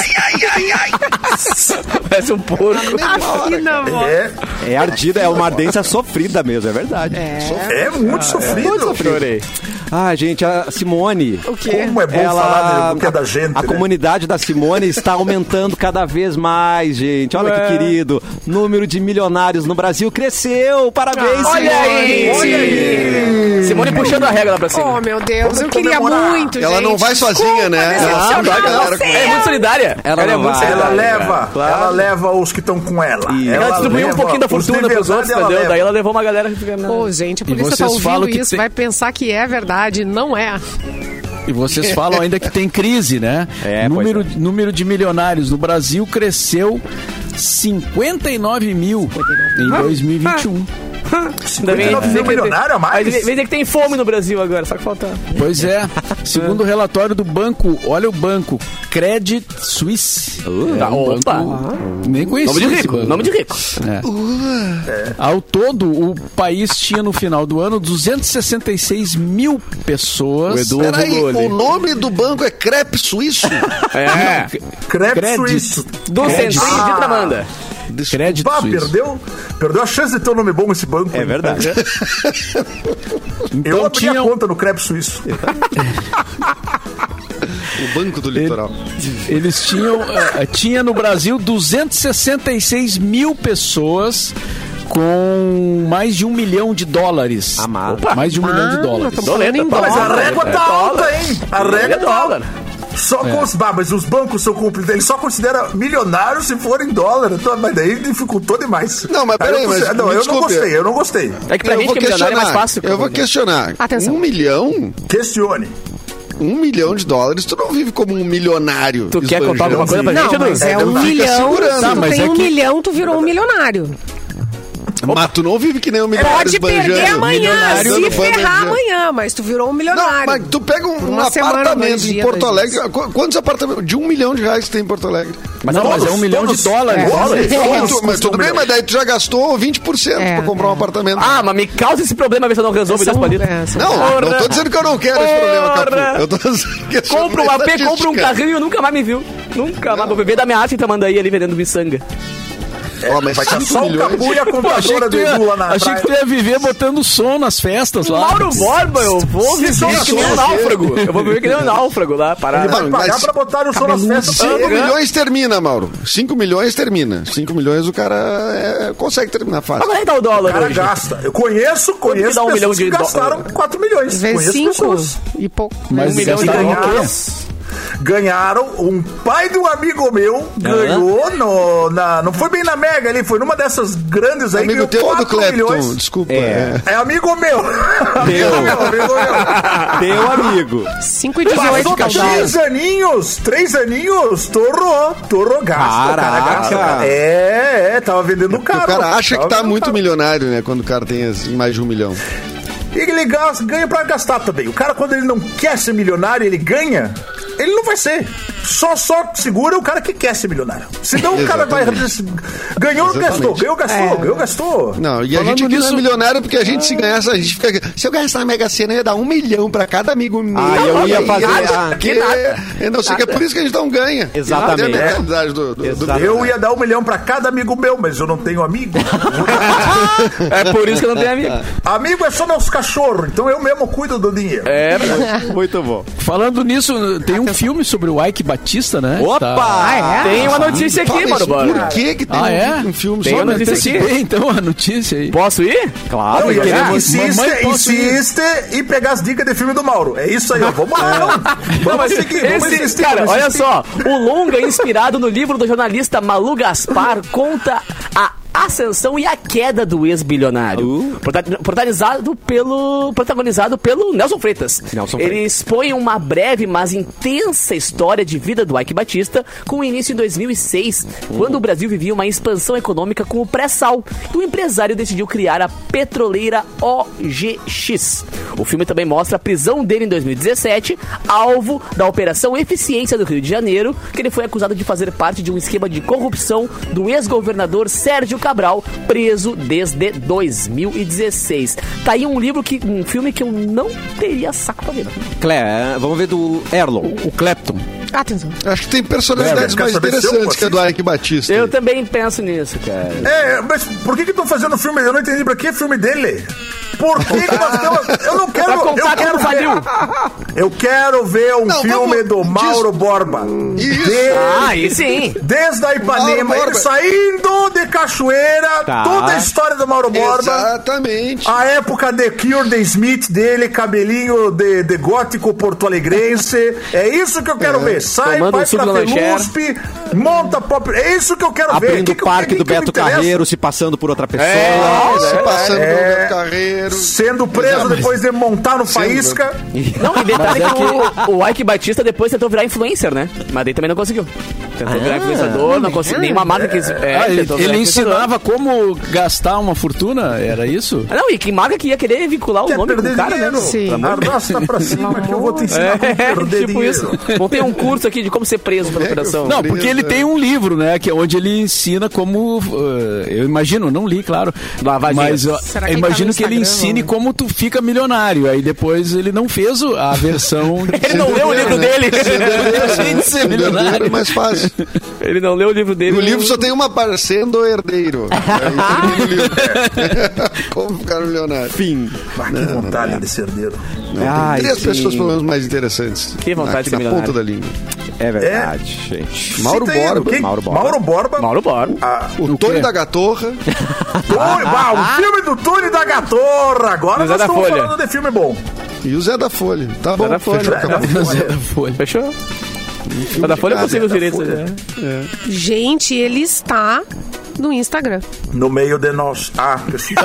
Parece um porco. Afina a voz. É, É ardida, é uma ardência sofrida mesmo, é verdade. é muito sofrido. Chorei. Ah, gente, a Simone. O quê? Como é bom ela, falar do que é da gente, a né? comunidade da Simone está aumentando cada vez mais, gente. Olha que querido. Número de milionários no Brasil cresceu. Parabéns, Olha Simone. aí. Olha aí. Simone puxando a regra lá pra cima. Oh, meu Deus, Vamos eu queria comemorar. muito, Ela gente. não vai sozinha, né? Desculpa, Ela decepcionar vai com a galera você. com É muito solidária. Ela é não muito vai. Ela solidária. leva, Claro. ela leva os que estão com ela. E Ela distribuiu um leva pouquinho da os de fortuna pros verdade, outros, ela entendeu? leva. Daí ela levou uma galera que fica... Ô, gente, a E polícia tá vocês falam ouvindo que isso, tem- vai pensar que é verdade. Não é. E vocês falam ainda que tem crise, né? É, número, pois número de milionários no Brasil cresceu cinquenta e nove mil em dois mil e vinte e um. Ainda vem cinquenta e nove dizer mil que tem- milionário a mais? Aí vem dizer que tem fome no Brasil agora, só que falta... Pois é. Segundo o relatório do banco, olha o banco, Credit Suisse. É um opa. banco nem conhecido. Nome de esse rico, banco. nome de rico. É. Ao todo, o país tinha no final do ano duzentos e sessenta e seis mil pessoas. O Edu- Peraí, Vou ler. o nome do banco é Crepe Suíço? É, Crepe Credit. suíço. do Credit. centrinho de Tramanda. Credit Pá, Suisse. perdeu, perdeu a chance de ter um nome bom esse banco. É verdade. Eu Então abri tinha, a conta no Crepe Suíço. O Banco do Litoral. eles tinham, eh, tinha no Brasil duzentos e sessenta e seis mil pessoas com mais de um milhão de dólares. Amado. Opa, mais de um milhão de Ah, dólares. estamos falando em Doleta, Mas a dólar. régua tá alta, hein? A É régua tá dólar. alta. Só com os, bah, mas os bancos são cumpridos. Ele só considera milionário se for em dólar. Então, mas daí dificultou demais. Não, mas Aí peraí, eu mas considero- Não, me eu não desculpe. gostei, eu não gostei. É que pra Eu gente vou que é milionário é mais questionar. fácil. Eu vou questionar. Atenção. Um milhão? Questione. Um milhão de dólares, tu não vive como um milionário. Tu quer contar alguma coisa pra Não, gente, Edu? mas é É, um fica milhão. segurando. Se Tá, tu mas tem é um que- milhão, tu virou um milionário. Mas tu não vive que nem um milionário Pode perder esbanjando. amanhã, Milionário se no banco ferrar de- amanhã, mas tu virou um Não, milionário. mas tu pega um, um Uma semana, apartamento dois em dias, Porto dois Alegre. qu- Quantos apartamentos? De um milhão de reais tem em Porto Alegre. Mas não, mas é um milhão de dólares. É. Dólares? É. Mas, tu- mas Custou tudo um bem, milhão. mas daí tu já gastou vinte por cento É, pra comprar um apartamento. Ah, mas me causa esse problema, ver se eu não resolvo São- das palitas. é, são- Não, Porra. não tô dizendo que eu não quero esse problema, Porra. Capu. Eu tô dizendo que é sobre Compra um A P, compra um estatística. carrinho e nunca mais me viu. Nunca mais. Vou beber da minha arte em Tamandaí ali vendendo miçanga. Ó, mas Vai estar cinco só o milhões. Capu e a Pô, achei contadora que, tu do ia, Edu lá na achei praia. que tu ia viver botando som nas festas lá. Mauro Borba, eu vou viver som que nem nas um náufrago. Eu vou viver que nem um náufrago lá, Ele parado. vai pagar mas- pra botar o som nas festas. cinco milhões termina, Mauro. cinco milhões termina. cinco milhões o cara é, consegue terminar Mas fácil. quanto é que tá o O dólar cara hoje? gasta. Eu conheço, conheço que dá um pessoas milhão de que gastaram dólar? quatro milhões. Vezes Conheço cinco pessoas. e pouco. Mas Um milhão de gastaram no dólares. quê? Ganharam, um pai de um amigo meu ganhou no, na, não foi bem na Mega ali, foi numa dessas grandes aí, Amigo ganhou teu ou do quatro Clapton? milhões. Desculpa. É. é. É amigo meu. Amigo meu, amigo meu. Teu amigo. cinco e dezoito, Passou Caldão. três aninhos, três aninhos, torrou, torrou, gasta, o cara Caraca. gasta. É, é, tava vendendo caro. O cara acha que Tava tá vendendo muito caro. milionário, né? Quando o cara tem assim, mais de um milhão. E ele gasta, ganha pra gastar também. O cara, quando ele não quer ser milionário, ele ganha, ele não vai ser. Só, só segura o cara que quer ser milionário. Senão o cara vai... Ganhou, Exatamente. gastou, ganhou, gastou, É. ganhou, gastou. Não, e a Falando gente aqui não é nisso- milionário porque a gente se ganhasse, a gente fica. Se eu ganhasse na Mega Sena, eu ia dar um milhão pra cada amigo meu. Ah, eu ia fazer- Nada, ah, que nada. Eu não sei que é por isso que a gente não ganha. Exatamente. Entende a mentalidade do, do, do- Exato. Eu ia dar um milhão pra cada amigo meu, mas eu não tenho amigo. É por isso que eu não tenho amigo. Amigo é só meus cachorros, então eu mesmo cuido do dinheiro. É verdade. Muito bom. Falando nisso, tem um filme sobre o Ike Batista, né? Opa! Tá- Tem uma notícia aqui, Fala mano, isso, Borba. por que que tem Ah, um, é? um filme Tem só? uma né? notícia aqui. Antecipei, então, a notícia aí. Posso ir? Claro, Não, e a queremos- gente insiste, mamãe, posso insiste e pegar as dicas de filme do Mauro. É isso aí, ó. Vamos lá, não. Vamos Mas seguir, vamos esse- insistir. cara, vamos olha insistir. só. O longa inspirado no livro do jornalista Malu Gaspar conta a ascensão e a queda do ex-bilionário. Uh. Prota- Protagonizado pelo, protagonizado pelo Nelson Freitas. Nelson Ele Freitas. expõe uma breve, mas intensa história de vida do Ike Batista, com início em dois mil e seis, quando o Brasil vivia uma expansão econômica com o pré-sal. E o empresário decidiu criar a petroleira O G X. O filme também mostra a prisão dele em dois mil e dezessete, alvo da Operação Eficiência do Rio de Janeiro, que ele foi acusado de fazer parte de um esquema de corrupção do ex-governador Sérgio Cabral, preso desde dois mil e dezesseis. Tá aí um livro, que, um filme que eu não teria saco pra ver. Clé, vamos ver do Erlon. O Clapton. Atenção. Acho que tem personalidades É, quer mais saber se eu interessantes que a do Ike Batista. Eu também penso nisso, cara. É, mas por que que estão fazendo filme? Eu não entendi pra que filme dele. Por que que nós estamos... Eu não quero... Pra contar eu quero como faliu. ver, eu quero ver um Não, filme vamos- do Mauro diz- Borba. Isso. De- Ah, aí sim. Desde a Ipanema, Mauro ele Borba. saindo de Cachoeira, Tá. toda a história do Mauro Borba. Exatamente. A época de Cure, de Smith dele, cabelinho de, de gótico porto-alegrense. É isso que eu quero ver. Sai, Tomando vai um suco pra da Lancher. Feluspe, monta pop... É isso que eu quero ver. Abrindo Que o que- parque que- do que me Beto interessa? Carreiro, se passando por outra pessoa. Se passando é. pelo Beto Carreiro. Sendo preso Exato. depois de montar no Faísca. Não, e detalhe Mas é que o, o Ike Batista depois tentou virar influencer, né? Mas daí também não conseguiu. Tentou virar influenciador, não conseguiu. Nenhuma marca quis. É, Ah, ele tentou virar ele influenciador. ensinava como gastar uma fortuna, era isso? Ah, não, e que marca que ia querer vincular o Quer nome com perder o cara, dinheiro? né? Sim. Arrasta pra cima que eu vou te ensinar como É, perder tipo dinheiro. isso. Montei um curso aqui de como ser preso pela operação. Não, porque ele tem um livro, né, que é onde ele ensina como, uh, eu imagino, não li, claro, Lavadinha. mas eu, Será que eu ele tá imagino no que ele Instagram, ensine ou- como tu fica milionário. Aí depois ele não fez o- a versão. Ele não leu o livro dele. Gente, ser Herdeiro é milionário. mais fácil. Ele não leu o livro dele. O livro só tem uma parte, sendo herdeiro. É isso que o livro. Como ficar milionário. Fim. Ah, que vontade de ser herdeiro. Ai, Três sim. pessoas, pelo menos, mais interessantes. Que vontade aqui de ser na milionário. ponta da língua. É verdade, gente. Mauro Cita aí, Borba. quem? Mauro Borba. Mauro Borba. Mauro Borba. Ah, O O Tony quê? da Gatorra. Tony, ah, o filme do Tony da Gatorra. Agora José nós da estamos Folha. falando de filme bom. E o Zé da Folha. Tá bom. da Folha. fechou, acabou. Zé da Folha. Fechou? Mas da Folha eu consigo os direitos. né? Gente, ele está no Instagram. No meio de nós. Ah, pessoal.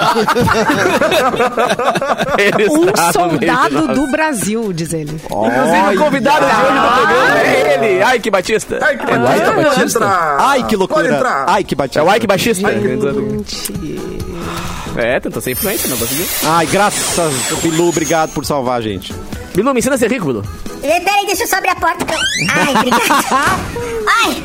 Ele Um está no meio de soldado nós. do Brasil, diz ele. Inclusive, o convidado de hoje do programa é ele. Ai, que Batista. Ai, que É o Ike pode Batista. entrar. Ai, que loucura. Pode entrar. Ai, que batida. É o Ike Batista. Gente. É, tentou ser influente, não conseguiu. Ai, graças, Bilu, obrigado por salvar a gente. Bilu, me ensina a ser rico, Bilu. Eh, Peraí, deixa eu só abrir a porta. que eu- Ai, obrigada. Ai,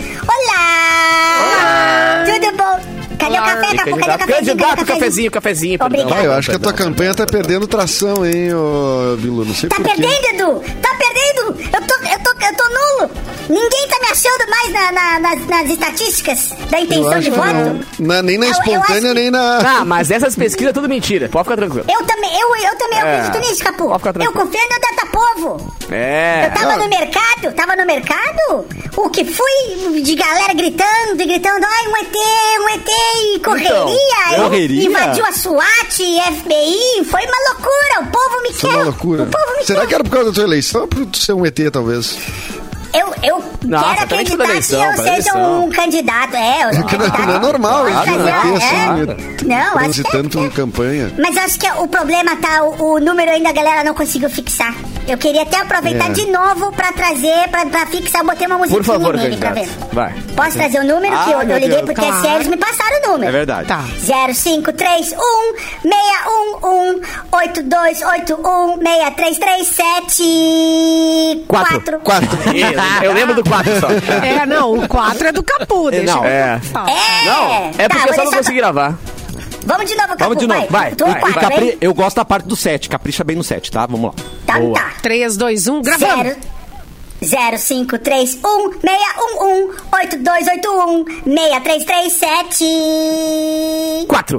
olá! Tudo bom? Cadê o café, Capu? Cadê o Candidato, cafezinho? candidato, Cadê o cafezinho, cafezinho. perdão. Obrigado. Ah, eu acho que a tua campanha tá perdendo tração, hein, ô Bilu? Não sei Tá por quê. perdendo, Edu? Tá perdendo? Eu tô, eu tô, eu tô nulo. Ninguém tá me achando mais na- na- nas, nas estatísticas da intenção de voto? Na- nem na Eu- eu acho espontânea, que- nem na... Ah, mas essas pesquisas é tudo mentira. Pode ficar tranquilo. Eu também, eu, eu também É. acredito nisso, Capu. Pode ficar Eu tranquilo. confio no Datapovo. É. Eu tava no mercado, tava no mercado, o que fui de galera gritando, e gritando, ai, um E T, um E T, e correria, Então, e correria? invadiu a SWAT, F B I, foi uma loucura, o povo me Isso é quer. uma loucura. O povo me Será quer. que era por causa da tua eleição ou por tu ser um E T, talvez? Eu, eu Não, quero certamente acreditar pela eleição, que eu pela seja eleição. um candidato. É, eu Que não, não é normal isso, Mas, um E T é, assim, Não, acho que transitando é, em campanha. Mas acho que o problema tá, o, o número ainda a galera não conseguiu fixar. Eu queria até aproveitar É. de novo pra trazer, pra, pra fixar, eu botei uma musiquinha Por favor, nele pra ver. candidato. Vai. Posso trazer o número? Ah, que eu, meu eu liguei Deus. porque Claro. é eles me passaram o número. É verdade. Tá. zero cinco três um seis um um oito dois oito um seis três três sete Quatro. Quatro. Eu lembro do quatro só. É, não, o quatro é do Capu, deixa não. eu É. falar. É! Não, é Tá, porque eu vou só não deixar- consegui gravar. Vamos de novo, Capu, Vamos de novo, vai, Tu vai, quatro, vai. hein? Capri- Eu gosto da parte do sete, capricha bem no sete, tá? Vamos lá. Tá, Boa. tá. três, dois, um, gravando. Zero, zero cinco três um seis um um oito dois oito um seis três três sete Quatro.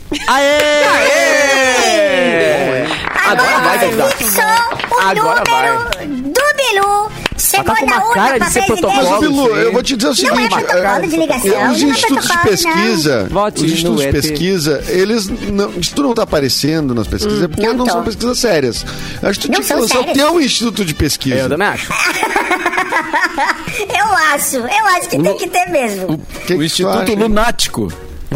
Aê! Agora vai, Agora candidato. fixou o Agora número do Bilu. Chegou Mas tá com na uma urna cara pra de ser presidente. Mas, protocolo. Bilu, sim. eu vou te dizer o Não é seguinte... protocolo de ligação, é, não os é institutos de protocolo, pesquisa, Vote os institutos no de E T. pesquisa, eles não, se tu não tá aparecendo nas pesquisas, é porque não não tô. são pesquisas sérias. Acho que tu Não tinha que são lançar o sérias. teu instituto de pesquisa. Eu também acho. Eu acho, eu acho que tem que ter mesmo. Que O que tu Instituto acha? Lunático.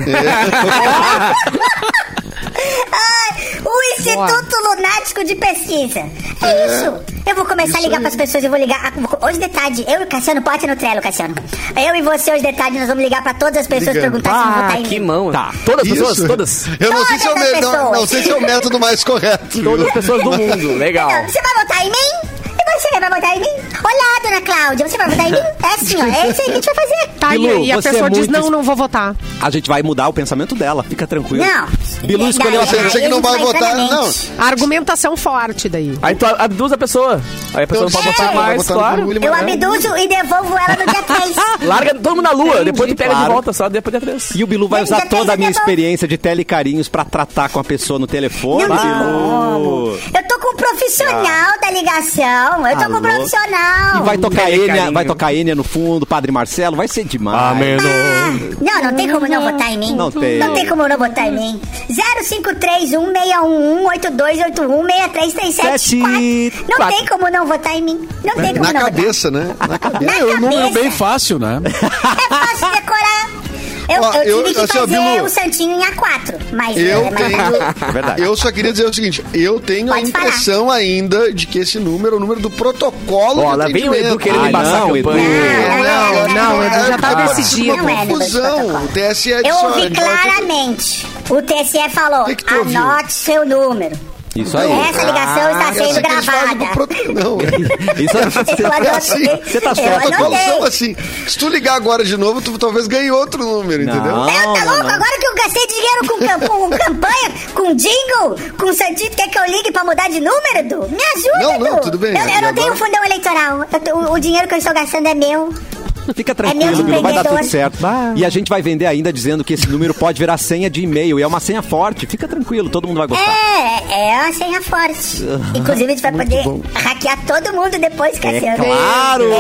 Ai, o Instituto Lunático de Pesquisa. É isso. Eu vou começar a ligar pras pessoas, eu vou ligar. Hoje de tarde, eu e o Cassiano, pode no trelo, Cassiano. Eu e você, hoje de tarde, nós vamos ligar pra todas as pessoas Ligando. perguntar se vão Ah, votar em que mim. mão. Tá. Todas as pessoas? Isso. Todas. Eu não sei, se é o Todas as me- não, pessoas. não sei se é o método mais correto. Todas viu? as pessoas do mundo. Legal. Não, você vai votar em mim? E você vai votar em mim? Olá, dona Cláudia, você vai votar em mim? É assim, ó, é isso aí que a gente vai fazer. Tá, e- Bilu, e a você pessoa é diz, muito não, es- não vou votar. A gente vai mudar o pensamento dela, fica tranquilo. Não. Bilu Daí- escolheu a daí Você que a não gente vai votar, internamente. não. Argumentação forte daí. Aí tu abduz a pessoa. Aí a pessoa não pode Então, votar vai mais, votar no claro. William Eu Bonner. abduzo e devolvo ela no dia três. Larga todo mundo na lua, depois tu pega claro. de volta só depois de três. E o Bilu vai Gente, usar já tem toda a minha esse experiência de telecarinhos pra tratar com a pessoa no telefone, Não tem Bilu. Eu tô com um profissional da ligação. Eu tô com um Alô? profissional. E vai tocar Telecarinho. Enya, vai tocar Enya no fundo, Padre Marcelo, vai ser demais. Ah, não, não tem como não votar em mim. Não tem. Não tem como não votar em mim. zero cinco três um seis um um oito dois oito um seis três três sete Sete, quatro. Não quatro. tem como não votar em mim. Não tem como Na não cabeça, né? Na cabeça. votar. É um número cabeça. bem fácil, né? É fácil decorar. Eu, Ó, eu eu- tive que assim, ó, fazer Bilu, o santinho em A quatro. Mas Eu é, mas- tenho. É verdade. Eu só queria dizer o seguinte: eu tenho a Pode falar. impressão ainda de que esse número é o número do protocolo. Ó, de lá vem o atendimento. Edu querendo Ah, embaçar não, a Edu. campanha. Não, não, não, Edu já tá é, decidido. Uma Não é número de confusão. protocolo. O T S E Eu disse, ouvi olha, claramente. O T S E falou: que que tu ouviu? anote seu número. Isso aí. Essa ligação está é sendo assim que eles fazem gravada. com proto- Não, Isso Eu é anotei. assim. Você tá Eu certo, A anotei. condição assim. Se tu ligar agora de novo, tu talvez ganhe outro número, entendeu? Não, Eu, tá não, louco? não. Agora que eu gastei dinheiro com, cam- com campanha, com jingle, com santinho, quer que eu ligue pra mudar de número, Edu? Me ajuda, Não, não, Edu. tudo bem. Eu, eu E não agora? tenho fundão eleitoral. Eu tô- o, o dinheiro que eu estou gastando é meu. Fica É tranquilo, meu Bilu, vai dar tudo empreendedor. certo. E a gente vai vender ainda dizendo que esse número pode virar senha de e-mail. E é uma senha forte. Fica tranquilo, todo mundo vai gostar. É, é uma senha forte. Inclusive, a gente vai poder bom. hackear todo mundo depois, É Cassiano. claro!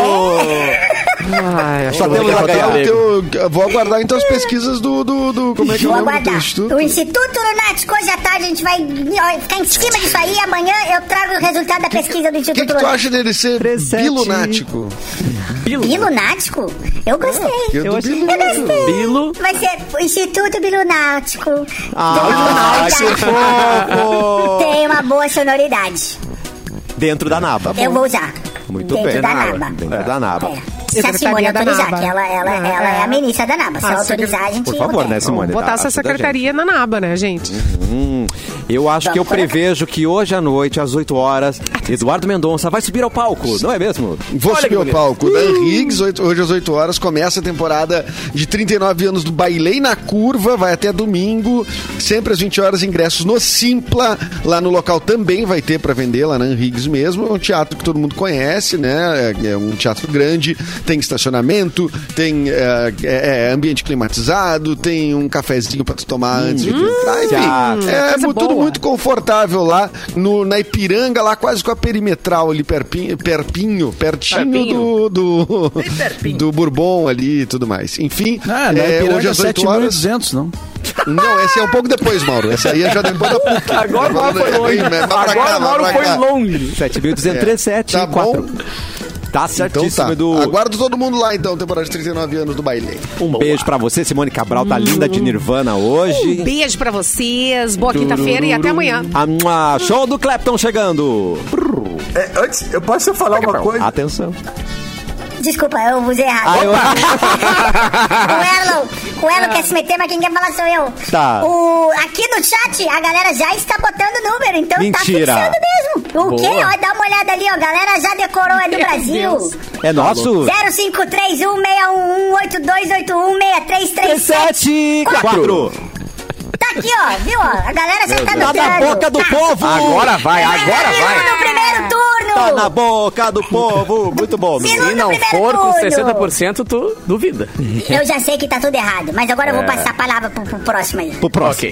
Ai, acho Só que eu vou temos a ter que ganhar. botar o Eu, eu vou aguardar então as pesquisas do. do, do como é que é o Vou nome do teu aguardar. instituto? O Instituto Lunático, hoje à tarde, a gente vai ó, ficar em cima disso aí. Amanhã eu trago o resultado da pesquisa do O Instituto que, que tu Lunático. acha dele ser Presente. bilunático? Bilunático? Eu gostei. Eu Eu do achei- bilu. Eu gostei. Bilo. Vai ser o Instituto Bilunático. Ah, Tem que uma sonoridade. fofo! Tem uma boa sonoridade. Dentro da naba. Eu vou usar. Muito Dentro bem. da Naba. naba. Dentro da naba. É. Se a Simone Secretaria da autorizar, Naba. que ela, ela, É, ela é é. a ministra da Naba. Se Ah, ela secre- autorizar, a gente Por favor, tem. né, Simone? Botar Tá, essa ajuda a gente. secretaria na naba, né, gente? Hum, eu acho que eu Vamos colocar. prevejo que hoje à noite, às oito horas, Eduardo Mendonça vai subir ao palco, não é mesmo? Vou Olha subir que ao bonito. palco. Dan Higgs, oito- hoje às oito horas, começa a temporada de trinta e nove anos do Bailei na Curva, vai até domingo, sempre às vinte horas, ingressos no Simpla, lá no local também vai ter pra vender, lá na Higgs mesmo, é um teatro que todo mundo conhece, né, é, é um teatro grande, tem estacionamento, tem é, é, ambiente climatizado, tem um cafezinho pra tu tomar antes de tu entrar, enfim, é coisa mu- tudo boa. muito confortável lá no, na Ipiranga, lá quase com a perimetral ali, perpinho, perpinho pertinho Perpinho. do, do, Bem perpinho. do Bourbon ali e tudo mais. Enfim, Ah, na é, Ipiranga hoje às oito sete mil e horas... duzentos, não? Não, esse é um pouco depois, Mauro. Essa aí é já depois da P U C. Agora o Mauro foi longe. Vai pra cá, Agora o vai Mauro pra foi cá. longe. sete mil duzentos e trinta e sete, Tá quatro. bom? Tá Então certíssimo, tá. Edu. Aguardo todo mundo lá, então, temporada de trinta e nove anos do Baile. Um beijo pra você, Simone Cabral, tá linda de Nirvana Um hoje. beijo pra vocês, boa quinta-feira e até amanhã. Ah, mua, show do Clapton chegando. É, antes, eu posso falar uma coisa? Atenção. Desculpa, eu usei errado. Ah, eu- O Erlon, o Erlon quer se meter, mas quem quer falar sou eu. Tá. O, aqui no chat, a galera já está botando número, então Mentira. tá fixando mesmo. O Boa. quê? Ó, dá uma olhada ali, ó. A galera já decorou, é do Brasil. É nosso? zero cinco três um seis um um oito dois oito um seis três três sete. sete, quatro. Tá aqui, ó, viu? Ó? A galera já tá Tá notando. na boca do povo. Agora vai, agora Segundo vai. no primeiro turno. Tá na boca do povo. Muito bom. Segundo Se não primeiro for com turno. sessenta por cento, tu duvida. Eu já sei que tá tudo errado, mas agora eu É. vou passar a palavra pro, pro próximo aí. Pro próximo. Ok.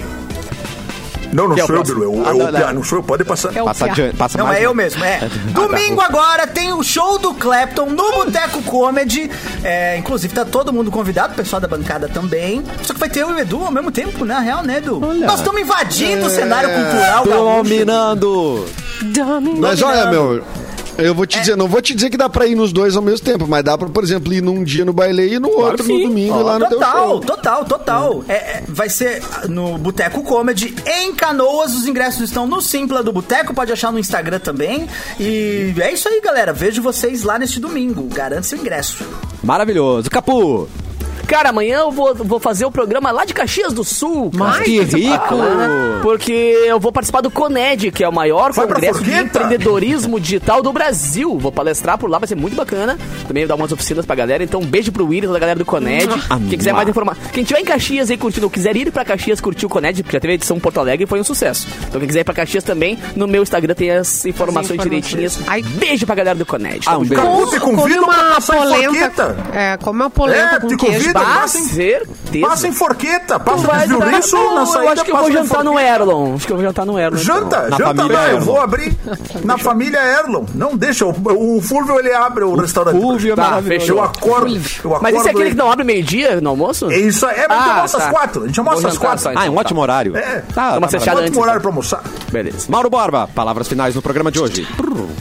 Não, não Que é o sou eu, próximo? Bilu. É o, Ah, é não, o não. Piá, não sou eu, pode passar. É o Passa, Piá. adiante, passa Não, mais. é eu um. mesmo, é. Domingo agora tem o show do Clapton no Boteco Comedy. É, inclusive, tá todo mundo convidado, o pessoal da bancada também. Só que vai ter eu e o Edu ao mesmo tempo, na real, né, Edu? Nós estamos invadindo o cenário cultural gaúcho. Dominando. Mas olha, meu... Eu vou te dizer, não vou te dizer que dá pra ir nos dois ao mesmo tempo, mas dá pra, por exemplo, ir num dia no Baile e no outro que no sim. domingo Ó, lá no teu total, show. total, total. É, é, vai ser no Boteco Comedy em Canoas. Os ingressos estão no Simpla do Boteco. Pode achar no Instagram também. E é isso aí, galera. Vejo vocês lá neste domingo. Garante seu ingresso. Maravilhoso. Capu. Cara, amanhã eu vou, vou fazer o programa lá de Caxias do Sul. cara. Mas que rico. Bacana, porque eu vou participar do Coned, que é o maior Vai pra congresso de Forqueta? empreendedorismo digital do Brasil. Vou palestrar por lá, vai ser muito bacana. Também vou dar umas oficinas pra galera. Então, um beijo pro Willis, da galera do Coned. Quem quiser mais informação, quem tiver em Caxias aí curtindo, ou quiser ir pra Caxias curtir o Coned, porque já teve a edição em Porto Alegre e foi um sucesso. Então, quem quiser ir pra Caxias também, no meu Instagram tem as informações, As informações. direitinhas. Ai. Beijo pra galera do Coned. Ah, um beijo. Capu, te Come convido pra uma passar em polenta. Forqueta. É, come uma polenta É, com te queijo. convido. Ah, passa em- certeza. Passa em Forqueta, Tu passa vai no ajudar- Viuriço, Não, na eu saída acho que eu vou passa em jantar no Forqueta. Erlon. Acho que eu vou jantar no Erlon. então. Janta, Na janta família lá, eu Erlon. vou abrir na família Erlon. Não deixa, o, o Fulvio ele abre o, restaurante. Fulvio é Tá, maravilhoso. fechou. Eu acordo, eu acordo. Mas esse é aquele ele- que não abre meio-dia no almoço? É isso aí, é, mas a gente Ah, almoça às tá. quatro. A gente almoça Vou às jantar quatro. só, Ah, é um ótimo horário. É. Tá, Toma tá fechada maravilhoso. antes. Ótimo horário pra almoçar. Beleza. Mauro Borba, palavras finais no programa de hoje.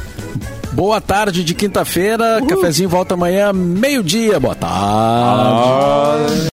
Boa tarde de quinta-feira. Cafezinho volta amanhã, meio-dia. Boa tarde.